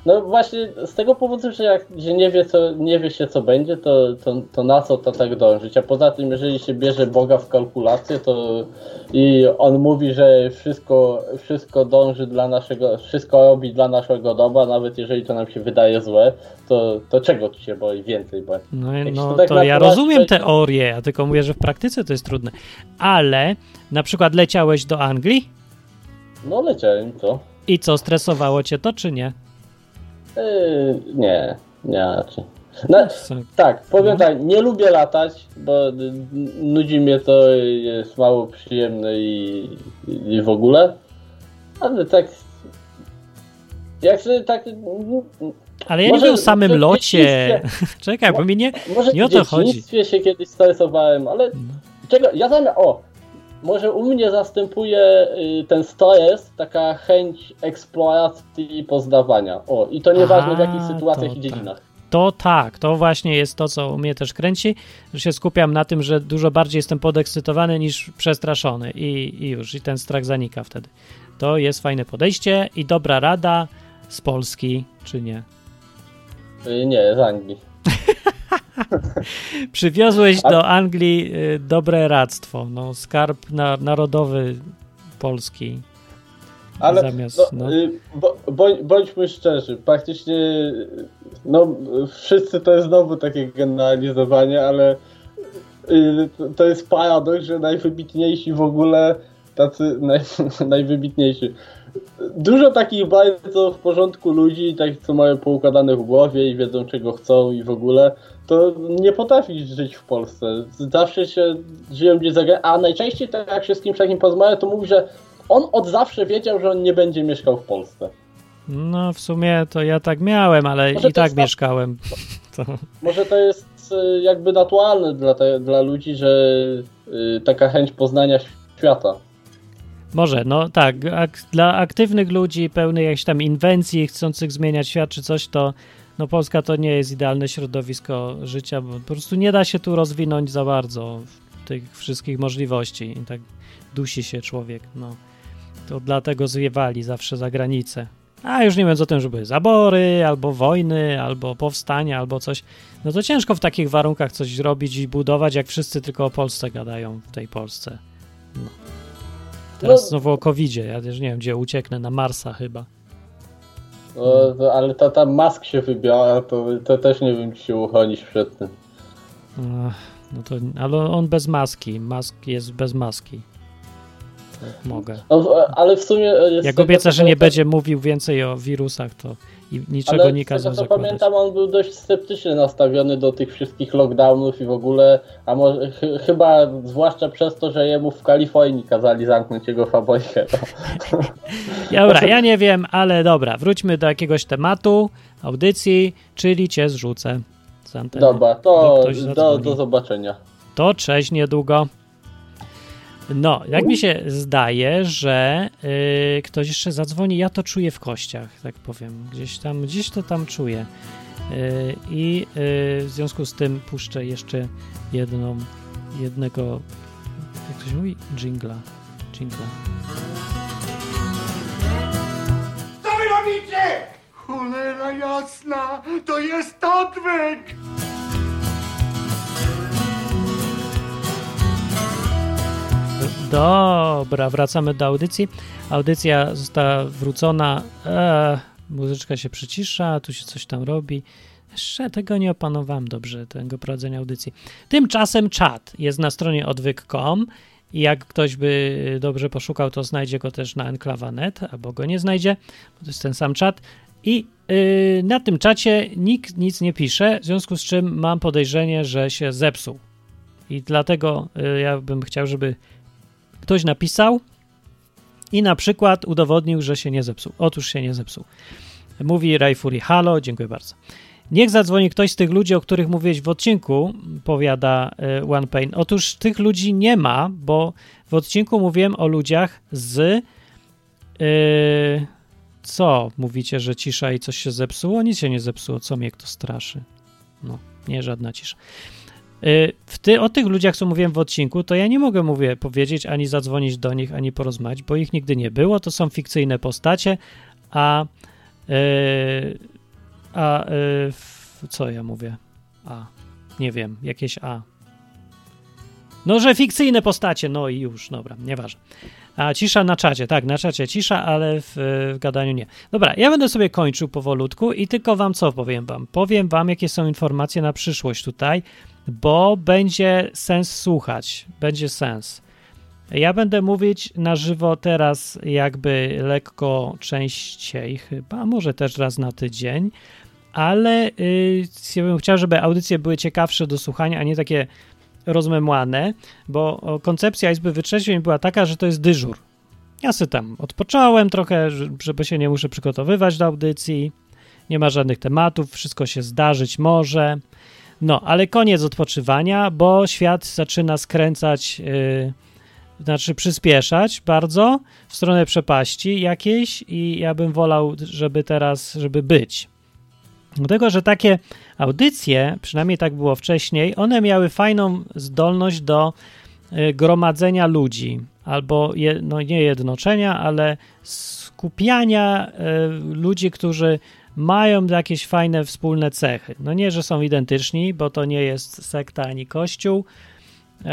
No właśnie z tego powodu, że jak że nie wie, co, nie wie się co będzie, to, to, to na co to tak dążyć? A poza tym, jeżeli się bierze Boga w kalkulację, to i on mówi, że wszystko, wszystko dąży dla naszego, wszystko robi dla naszego dobra, nawet jeżeli to nam się wydaje złe, to, to czego tu się boi więcej bać? No, Jak no to to, tak to ja naturalnie- rozumiem teorię, ja tylko mówię, że w praktyce to jest trudne. Ale na przykład leciałeś do Anglii No leciałem, co? i co, stresowało cię to, czy nie? Yy, nie, nie raczej. No, Co? tak, powiem tak, nie lubię latać, bo y, nudzi mnie to, jest mało przyjemne i, i, i w ogóle, ale tak, jak sobie tak, Ale ja Może nie wiem o samym w locie. dzieciństwie- Czekaj, bo mi nie... może Nie o w to chodzi. dzieciństwie się kiedyś stresowałem, ale czego, ja zamiast, o, może u mnie zastępuje y, ten stres, taka chęć eksploracji i poznawania, o, i to nieważne w A, jakich sytuacjach to i dziedzinach. To tak, to właśnie jest to, co mnie też kręci, że się skupiam na tym, że dużo bardziej jestem podekscytowany niż przestraszony i, i już, i ten strach zanika wtedy. To jest fajne podejście i dobra rada z Polski, czy nie? Y, nie, z Anglii. Przywiozłeś A- do Anglii y, dobre radztwo, no skarb na, narodowy Polski. Ale Zamiast, no, no. y, bo, bądź, bądźmy szczerzy, praktycznie no wszyscy to jest znowu takie generalizowanie, ale y, to, to jest paradoks, że najwybitniejsi w ogóle, tacy naj, najwybitniejsi. Dużo takich bardzo w porządku ludzi, takich co mają poukładane w głowie i wiedzą czego chcą i w ogóle, to nie potrafi żyć w Polsce. Zawsze się żyją gdzieś za granicą, a najczęściej tak jak się z kimś takim porozmawia, to mówi, że on od zawsze wiedział, że on nie będzie mieszkał w Polsce. No w sumie to ja tak miałem, ale Może i to tak jest tak- mieszkałem. To... Może to jest y, jakby naturalne dla, te, dla ludzi, że y, taka chęć poznania świata. Może, no tak, ak- dla aktywnych ludzi, pełnych jakichś tam inwencji, chcących zmieniać świat czy coś, to no Polska to nie jest idealne środowisko życia, bo po prostu nie da się tu rozwinąć za bardzo tych wszystkich możliwości i tak dusi się człowiek, no. To dlatego zwiewali zawsze za granicę. A już nie mówiąc o tym, że były zabory, albo wojny, albo powstania, albo coś. No to ciężko w takich warunkach coś robić i budować, jak wszyscy tylko o Polsce gadają w tej Polsce. No. Teraz No- znowu o kowidzie. Ja też nie wiem, gdzie ucieknę, na Marsa chyba. No, to, ale ta, ta mask się wybiera, to, to też nie wiem, czy się uchronisz przed tym. Ach, no to, ale on bez maski. Mask jest bez maski. Tak, mogę. No, ale w sumie... z Jak tego, obieca, co że nie pamiętam- będzie mówił więcej o wirusach, to i niczego Ale nie z kazał tego co zakładać. pamiętam, on był dość sceptycznie nastawiony do tych wszystkich lockdownów i w ogóle, a może ch- chyba zwłaszcza przez to, że jemu w Kalifornii kazali zamknąć jego fabrykę. No. Dobra, ja nie wiem, ale dobra, wróćmy do jakiegoś tematu, audycji, czyli cię zrzucę z anteny. Dobra, Bo to ktoś do, zadzwoni. do zobaczenia. To cześć niedługo. No, jak mi się zdaje, że y, ktoś jeszcze zadzwoni, ja to czuję w kościach, tak powiem. Gdzieś tam, gdzieś to tam czuję. Y, I y, w związku z tym puszczę jeszcze jedną, jednego, jak to się mówi? Dżingla. Dżingla. Co wy robicie? Cholera jasna, to jest odwyk! Dobra, wracamy do audycji. Audycja została wrócona. Eee, muzyczka się przycisza, tu się coś tam robi. Jeszcze tego nie opanowałem dobrze, tego prowadzenia audycji. Tymczasem czat jest na stronie odwyk kropka com i jak ktoś by dobrze poszukał, to znajdzie go też na enklawa kropka net, albo go nie znajdzie, bo to jest ten sam czat. I yy, na tym czacie nikt nic nie pisze, w związku z czym mam podejrzenie, że się zepsuł. I dlatego yy, ja bym chciał, żeby ktoś napisał i na przykład udowodnił, że się nie zepsuł. Otóż się nie zepsuł. Mówi Rayfuri, halo, dziękuję bardzo. Niech zadzwoni ktoś z tych ludzi, o których mówiłeś w odcinku, powiada y, One Pain. Otóż tych ludzi nie ma, bo w odcinku mówiłem o ludziach z... Y, co mówicie, że cisza i coś się zepsuło? Nic się nie zepsuło. Co mnie kto straszy? No, nie żadna cisza. W ty, o tych ludziach, co mówiłem w odcinku, to ja nie mogę mówię, powiedzieć, ani zadzwonić do nich, ani porozmawiać, bo ich nigdy nie było, to są fikcyjne postacie, a yy, a y, w, co ja mówię? A, nie wiem, jakieś A. No, że fikcyjne postacie, no i już, dobra, nieważne. A cisza na czacie, tak, na czacie cisza, ale w, w gadaniu nie. Dobra, ja będę sobie kończył powolutku i tylko wam co powiem wam? Powiem wam, jakie są informacje na przyszłość tutaj, bo będzie sens słuchać, będzie sens. Ja będę mówić na żywo teraz jakby lekko częściej chyba, może też raz na tydzień, ale yy, ja bym chciał, żeby audycje były ciekawsze do słuchania, a nie takie rozmemłane, bo koncepcja Izby Wytrzeźwień była taka, że to jest dyżur. Ja sobie tam odpocząłem trochę, żeby się nie muszę przygotowywać do audycji, nie ma żadnych tematów, wszystko się zdarzyć może. No, ale koniec odpoczywania, bo świat zaczyna skręcać, yy, znaczy przyspieszać bardzo w stronę przepaści jakiejś i ja bym wolał, żeby teraz, żeby być. Dlatego, że takie audycje, przynajmniej tak było wcześniej, one miały fajną zdolność do y, gromadzenia ludzi, albo je, no nie jednoczenia, ale skupiania y, ludzi, którzy mają jakieś fajne wspólne cechy. No nie, że są identyczni, bo to nie jest sekta ani kościół, y,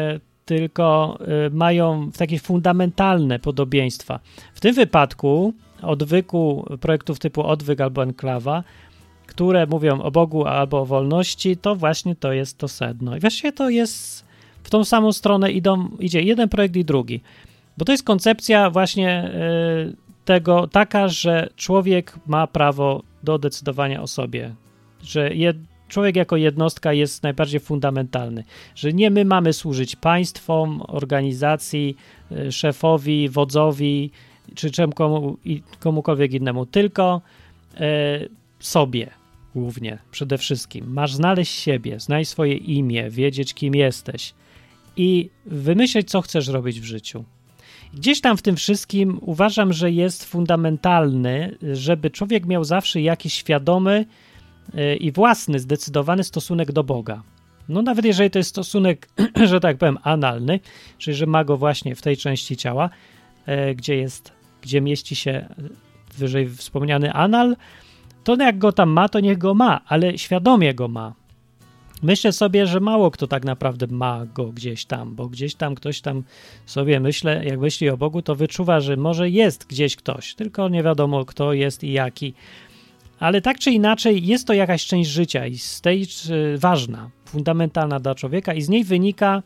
tylko y, mają takie fundamentalne podobieństwa. W tym wypadku odwyku, projektów typu Odwyk albo Enklawa, które mówią o Bogu albo o wolności, to właśnie to jest to sedno. I właściwie to jest, w tą samą stronę idą, idzie jeden projekt i drugi. Bo to jest koncepcja właśnie y, tego taka, że człowiek ma prawo do decydowania o sobie. Że jed, człowiek jako jednostka jest najbardziej fundamentalny. Że nie my mamy służyć państwom, organizacji, y, szefowi, wodzowi, czy czemu, komu, i komukolwiek innemu, tylko y, sobie głównie, przede wszystkim. Masz znaleźć siebie, znaleźć swoje imię, wiedzieć, kim jesteś i wymyśleć, co chcesz robić w życiu. Gdzieś tam w tym wszystkim uważam, że jest fundamentalny, żeby człowiek miał zawsze jakiś świadomy yy, i własny, zdecydowany stosunek do Boga. No nawet jeżeli to jest stosunek, że tak powiem, analny, czyli że ma go właśnie w tej części ciała, yy, gdzie jest, gdzie mieści się wyżej wspomniany anal, to jak go tam ma, to niech go ma, ale świadomie go ma. Myślę sobie, że mało kto tak naprawdę ma go gdzieś tam, bo gdzieś tam ktoś tam sobie myślę, jak myśli o Bogu, to wyczuwa, że może jest gdzieś ktoś, tylko nie wiadomo kto jest i jaki. Ale tak czy inaczej jest to jakaś część życia i z tej y, ważna, fundamentalna dla człowieka i z niej wynika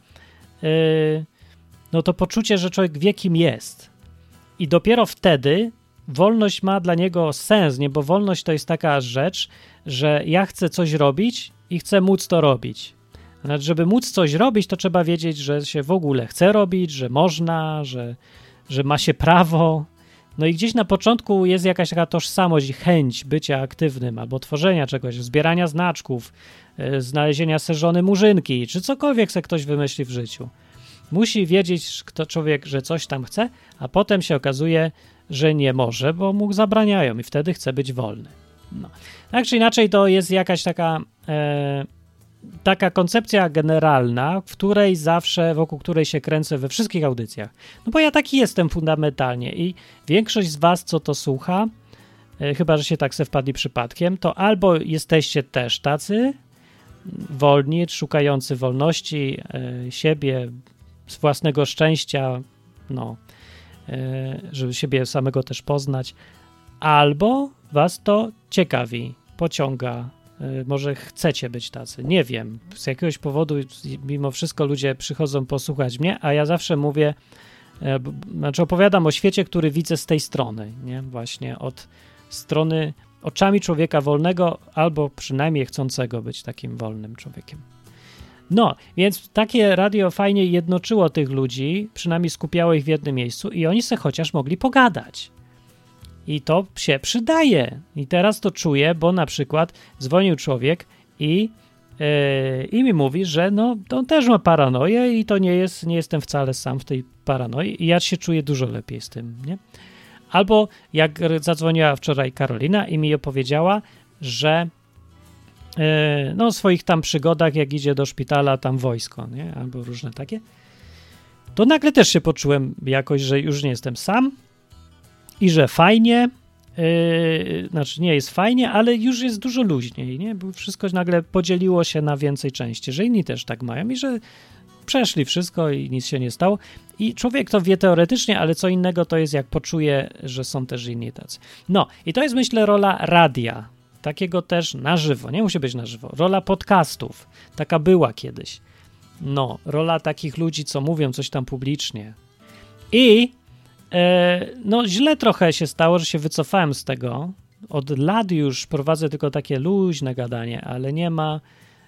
y, no to poczucie, że człowiek wie, kim jest. I dopiero wtedy wolność ma dla niego sens, nie? Bo wolność to jest taka rzecz, że ja chcę coś robić i chcę móc to robić. Znaczy, żeby móc coś robić, to trzeba wiedzieć, że się w ogóle chce robić, że można, że, że ma się prawo. No i gdzieś na początku jest jakaś taka tożsamość i chęć bycia aktywnym albo tworzenia czegoś, zbierania znaczków, yy, znalezienia se żony murzynki, czy cokolwiek se ktoś wymyśli w życiu. Musi wiedzieć kto człowiek, że coś tam chce, a potem się okazuje, że nie może, bo mu zabraniają i wtedy chce być wolny. No. Tak czy inaczej to jest jakaś taka, e, taka koncepcja generalna, w której zawsze, wokół której się kręcę we wszystkich audycjach. No bo ja taki jestem fundamentalnie i większość z was, co to słucha, e, chyba że się tak se wpadli przypadkiem, to albo jesteście też tacy wolni, szukający wolności e, siebie, z własnego szczęścia, no, żeby siebie samego też poznać, albo was to ciekawi, pociąga, może chcecie być tacy, nie wiem, z jakiegoś powodu mimo wszystko ludzie przychodzą posłuchać mnie, a ja zawsze mówię, znaczy opowiadam o świecie, który widzę z tej strony, nie, właśnie od strony oczami człowieka wolnego, albo przynajmniej chcącego być takim wolnym człowiekiem. No, więc takie radio fajnie jednoczyło tych ludzi, przynajmniej skupiało ich w jednym miejscu i oni se chociaż mogli pogadać. I to się przydaje. I teraz to czuję, bo na przykład dzwonił człowiek i, yy, i mi mówi, że no, on też ma paranoję i to nie jest, nie jestem wcale sam w tej paranoi i ja się czuję dużo lepiej z tym, nie? Albo jak zadzwoniła wczoraj Karolina i mi opowiedziała, że no, o swoich tam przygodach, jak idzie do szpitala, tam wojsko, nie? Albo różne takie, to nagle też się poczułem jakoś, że już nie jestem sam i że fajnie, Yy, znaczy nie jest fajnie, ale już jest dużo luźniej, nie? Bo wszystko nagle podzieliło się na więcej części, że inni też tak mają i że przeszli wszystko i nic się nie stało. I człowiek to wie teoretycznie, ale co innego to jest, jak poczuje, że są też inni tacy. No i to jest, myślę, rola radia, takiego też na żywo, nie musi być na żywo. Rola podcastów, taka była kiedyś. No, rola takich ludzi, co mówią coś tam publicznie. I e, no źle trochę się stało, że się wycofałem z tego. Od lat już prowadzę tylko takie luźne gadanie, ale nie ma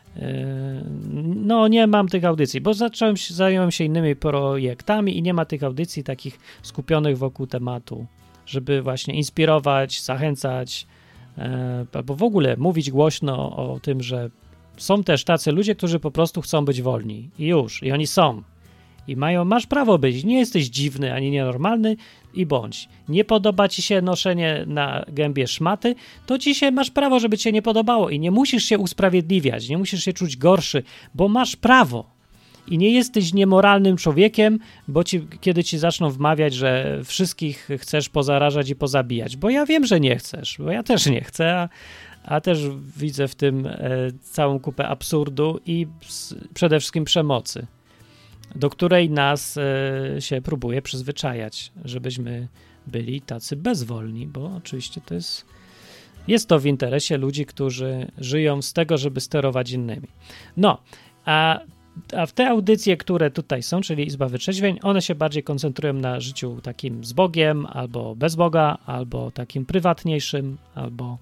e, no nie mam tych audycji, bo zacząłem się, zająłem się innymi projektami i nie ma tych audycji takich skupionych wokół tematu, żeby właśnie inspirować, zachęcać e, albo w ogóle mówić głośno o tym, że są też tacy ludzie, którzy po prostu chcą być wolni i już, i oni są. I mają, masz prawo być, nie jesteś dziwny ani nienormalny i bądź. Nie podoba ci się noszenie na gębie szmaty, to dzisiaj masz prawo, żeby ci się nie podobało i nie musisz się usprawiedliwiać, nie musisz się czuć gorszy, bo masz prawo. I nie jesteś niemoralnym człowiekiem, bo ci, kiedy ci zaczną wmawiać, że wszystkich chcesz pozarażać i pozabijać, bo ja wiem, że nie chcesz, bo ja też nie chcę, a, a też widzę w tym e, całą kupę absurdu i s, przede wszystkim przemocy, do której nas e, się próbuje przyzwyczajać, żebyśmy byli tacy bezwolni, bo oczywiście to jest, jest to w interesie ludzi, którzy żyją z tego, żeby sterować innymi. No, a, a w te audycje, które tutaj są, czyli Izba Wytrzeźwień, one się bardziej koncentrują na życiu takim z Bogiem, albo bez Boga, albo takim prywatniejszym, albo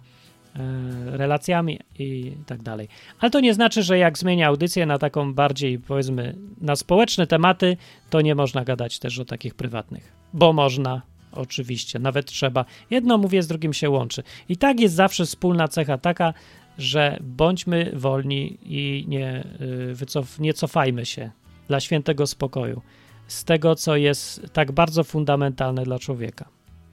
relacjami i tak dalej. Ale to nie znaczy, że jak zmienia audycję na taką bardziej, powiedzmy, na społeczne tematy, to nie można gadać też o takich prywatnych. Bo można, oczywiście, nawet trzeba. Jedno, mówię, z drugim się łączy. I tak jest zawsze wspólna cecha taka, że bądźmy wolni i nie, wycof- nie cofajmy się dla świętego spokoju z tego, co jest tak bardzo fundamentalne dla człowieka.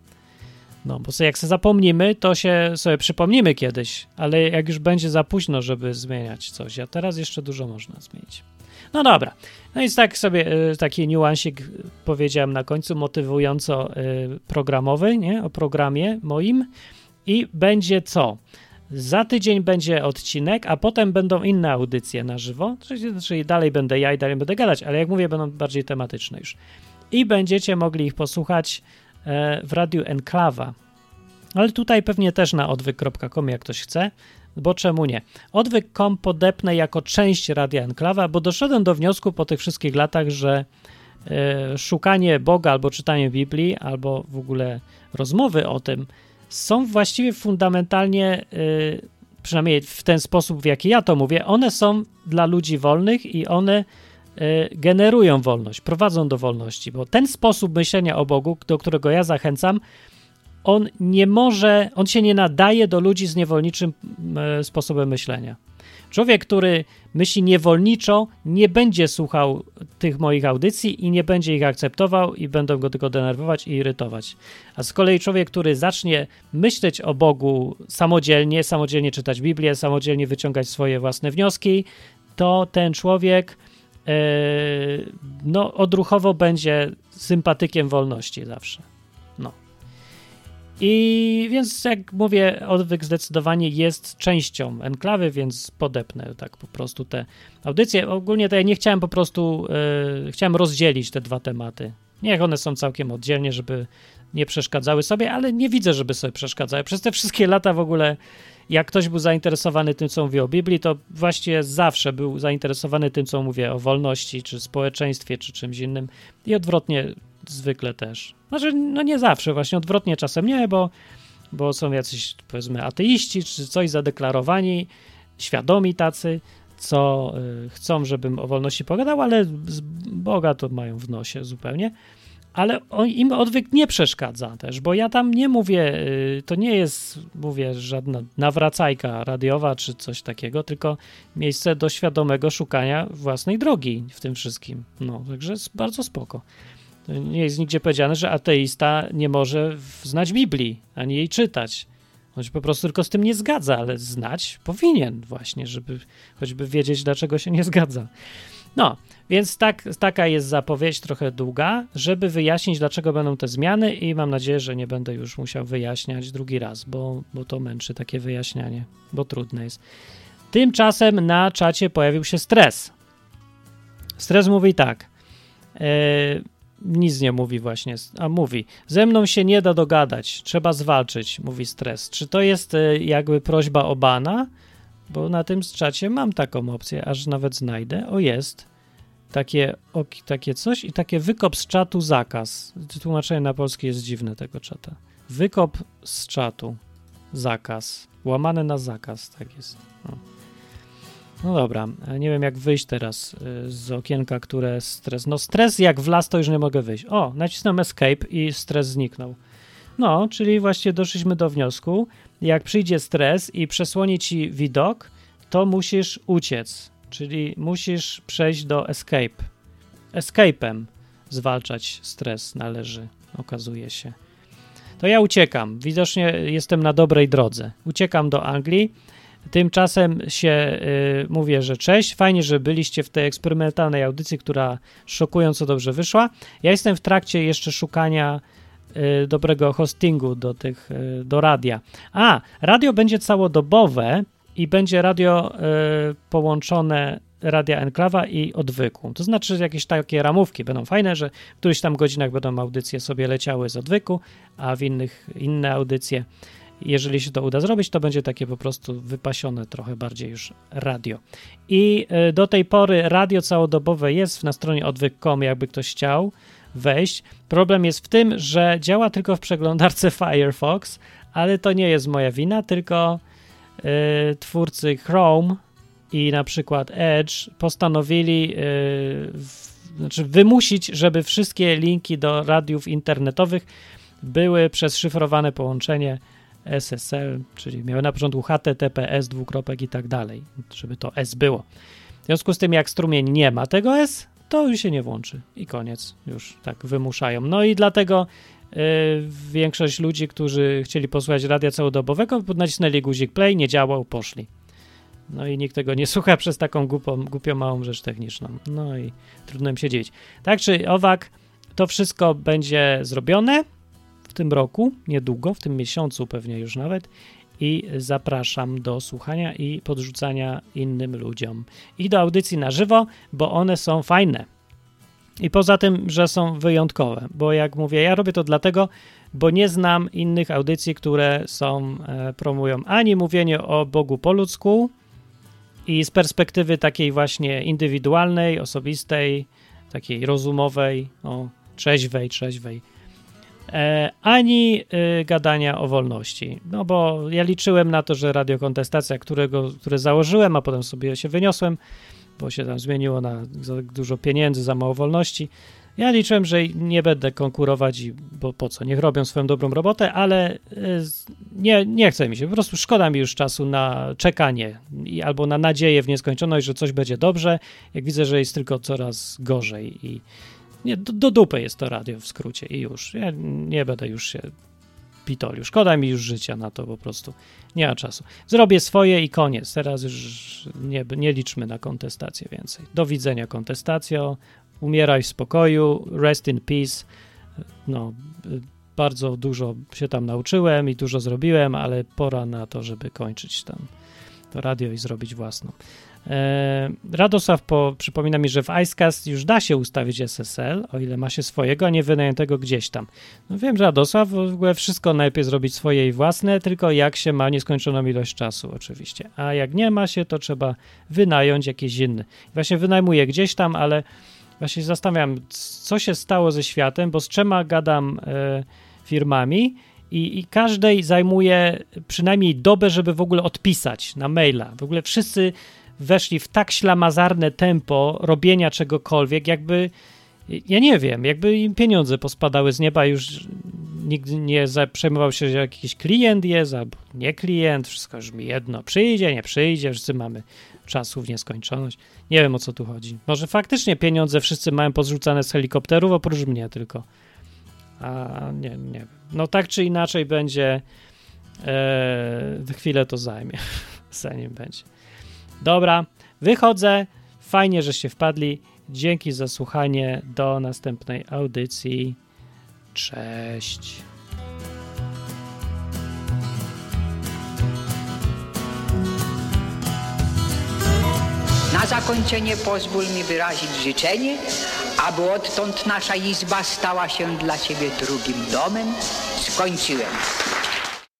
No, bo sobie jak sobie zapomnimy, to się sobie przypomnimy kiedyś, ale jak już będzie za późno, żeby zmieniać coś, a teraz jeszcze dużo można zmienić. No dobra, no więc tak sobie y, taki niuansik powiedziałem na końcu, motywująco y, programowy, nie, o programie moim i będzie co? Za tydzień będzie odcinek, a potem będą inne audycje na żywo, czyli, czyli dalej będę ja i dalej będę gadać, ale jak mówię, będą bardziej tematyczne już. I będziecie mogli ich posłuchać w Radiu Enklawa, ale tutaj pewnie też na odwyk kropka com, jak ktoś chce, bo czemu nie? odwyk kropka com podepnę jako część Radia Enklawa, bo doszedłem do wniosku po tych wszystkich latach, że e, szukanie Boga albo czytanie Biblii, albo w ogóle rozmowy o tym są właściwie fundamentalnie, e, przynajmniej w ten sposób, w jaki ja to mówię, one są dla ludzi wolnych i one generują wolność, prowadzą do wolności, bo ten sposób myślenia o Bogu, do którego ja zachęcam, on nie może, on się nie nadaje do ludzi z niewolniczym e, sposobem myślenia. Człowiek, który myśli niewolniczo, nie będzie słuchał tych moich audycji i nie będzie ich akceptował i będą go tylko denerwować i irytować. A z kolei człowiek, który zacznie myśleć o Bogu samodzielnie, samodzielnie czytać Biblię, samodzielnie wyciągać swoje własne wnioski, to ten człowiek no odruchowo będzie sympatykiem wolności zawsze. No. I więc jak mówię, odwyk zdecydowanie jest częścią Enklawy, więc podepnę tak po prostu te audycje. Ogólnie to ja nie chciałem po prostu, yy, chciałem rozdzielić te dwa tematy. Niech one są całkiem oddzielnie, żeby nie przeszkadzały sobie, ale nie widzę, żeby sobie przeszkadzały. Przez te wszystkie lata w ogóle, jak ktoś był zainteresowany tym, co mówię o Biblii, to właściwie zawsze był zainteresowany tym, co mówię o wolności, czy społeczeństwie, czy czymś innym. I odwrotnie zwykle też. Znaczy, no nie zawsze, właśnie odwrotnie czasem nie, bo, bo są jacyś, powiedzmy, ateiści, czy coś zadeklarowani, świadomi tacy, co y, chcą, żebym o wolności pogadał, ale z Boga to mają w nosie zupełnie. Ale on, im odwyk nie przeszkadza też, bo ja tam nie mówię, y, to nie jest, mówię, żadna nawracajka radiowa czy coś takiego, tylko miejsce do świadomego szukania własnej drogi w tym wszystkim. No, także jest bardzo spoko. To nie jest nigdzie powiedziane, że ateista nie może znać Biblii, ani jej czytać. On się po prostu tylko z tym nie zgadza, ale znać powinien właśnie, żeby choćby wiedzieć, dlaczego się nie zgadza. No, więc tak, taka jest zapowiedź trochę długa, żeby wyjaśnić, dlaczego będą te zmiany i mam nadzieję, że nie będę już musiał wyjaśniać drugi raz, bo, bo to męczy takie wyjaśnianie, bo trudne jest. Tymczasem na czacie pojawił się Stres. Stres mówi tak, e, nic nie mówi właśnie, a mówi, ze mną się nie da dogadać, trzeba zwalczyć, mówi Stres. Czy to jest e, jakby prośba o bana? Bo na tym czacie mam taką opcję, aż nawet znajdę. O, jest. Takie, o, takie coś i takie wykop z czatu zakaz. Tłumaczenie na polski jest dziwne tego czata. Wykop z czatu zakaz. Łamane na zakaz, tak jest. No, no dobra, nie wiem jak wyjść teraz z okienka, które stres... No stres jak w las to już nie mogę wyjść. O, nacisnąłem escape i stres zniknął. No, czyli właśnie doszliśmy do wniosku, jak przyjdzie stres i przesłoni ci widok, to musisz uciec, czyli musisz przejść do escape. Escape'em zwalczać stres należy, okazuje się. To ja uciekam, widocznie jestem na dobrej drodze. Uciekam do Anglii, tymczasem się y, mówię, że cześć, fajnie, że byliście w tej eksperymentalnej audycji, która szokująco dobrze wyszła. Ja jestem w trakcie jeszcze szukania dobrego hostingu do tych, do radia. A, radio będzie całodobowe i będzie radio y, połączone Radia Enklawa i Odwyku. To znaczy, że jakieś takie ramówki będą fajne, że w którychś tam godzinach będą audycje sobie leciały z Odwyku, a w innych inne audycje. Jeżeli się to uda zrobić, to będzie takie po prostu wypasione trochę bardziej już radio. I y, do tej pory radio całodobowe jest na stronie odwyk kropka com, jakby ktoś chciał wejść. Problem jest w tym, że działa tylko w przeglądarce Firefox, ale to nie jest moja wina, tylko y, twórcy Chrome i na przykład Edge postanowili y, w, znaczy wymusić, żeby wszystkie linki do radiów internetowych były przez szyfrowane połączenie S S L, czyli miały na początku H T T P S, dwukropek i tak dalej, żeby to S było. W związku z tym, jak strumień nie ma tego S, to już się nie włączy i koniec, już tak wymuszają. No i dlatego y, większość ludzi, którzy chcieli posłuchać radia całodobowego, nacisnęli guzik play, nie działał, poszli. No i nikt tego nie słucha przez taką głupą, głupią małą rzecz techniczną. No i trudno im się dziwić. Tak czy owak, to wszystko będzie zrobione w tym roku, niedługo, w tym miesiącu pewnie już nawet, i zapraszam do słuchania i podrzucania innym ludziom. I do audycji na żywo, bo one są fajne. I poza tym, że są wyjątkowe, bo jak mówię, ja robię to dlatego, bo nie znam innych audycji, które są, e, promują ani mówienie o Bogu po ludzku i z perspektywy takiej właśnie indywidualnej, osobistej, takiej rozumowej, o, trzeźwej, trzeźwej, E, ani y, gadania o wolności. No bo ja liczyłem na to, że Radio Kontestacja, którego, które założyłem, a potem sobie się wyniosłem, bo się tam zmieniło na za dużo pieniędzy, za mało wolności. Ja liczyłem, że nie będę konkurować, i, bo po co, niech robią swoją dobrą robotę, ale y, nie, nie chce mi się, po prostu szkoda mi już czasu na czekanie i, albo na nadzieję w nieskończoność, że coś będzie dobrze, jak widzę, że jest tylko coraz gorzej i Nie, do, do dupy jest to radio w skrócie i już. Ja nie będę już się pitolił. Szkoda mi już życia na to po prostu. Nie ma czasu. Zrobię swoje i koniec. Teraz już nie, nie liczmy na kontestację więcej. Do widzenia kontestacjo. Umieraj w spokoju. Rest in peace. No, bardzo dużo się tam nauczyłem i dużo zrobiłem, ale pora na to, żeby kończyć tam to radio i zrobić własną. Radosław po, przypomina mi, że w Icecast już da się ustawić S S L, o ile ma się swojego, a nie wynajętego gdzieś tam. No wiem, Radosław, w ogóle wszystko najlepiej zrobić swoje i własne, tylko jak się ma nieskończoną ilość czasu oczywiście, a jak nie ma się, to trzeba wynająć jakiś inny. Właśnie wynajmuję gdzieś tam, ale właśnie zastanawiam, co się stało ze światem, bo z trzema gadam e, firmami i, i każdej zajmuje przynajmniej dobę, żeby w ogóle odpisać na maila. W ogóle wszyscy weszli w tak ślamazarne tempo robienia czegokolwiek, jakby, ja nie wiem, jakby im pieniądze pospadały z nieba, już nikt nie przejmował się, że jakiś klient jest, albo nie klient, wszystko już mi jedno, przyjdzie, nie przyjdzie, wszyscy mamy czasu w nieskończoność. Nie wiem, o co tu chodzi. Może faktycznie pieniądze wszyscy mają pozrzucane z helikopterów, oprócz mnie tylko. A nie, nie wiem. No tak czy inaczej będzie, e, chwilę to zajmie, zanim będzie. Dobra, wychodzę, Fajnie, żeście wpadli. Dzięki za słuchanie. Do następnej audycji. Cześć. Na zakończenie pozwól mi wyrazić życzenie, aby odtąd nasza izba stała się dla Ciebie drugim domem. Skończyłem.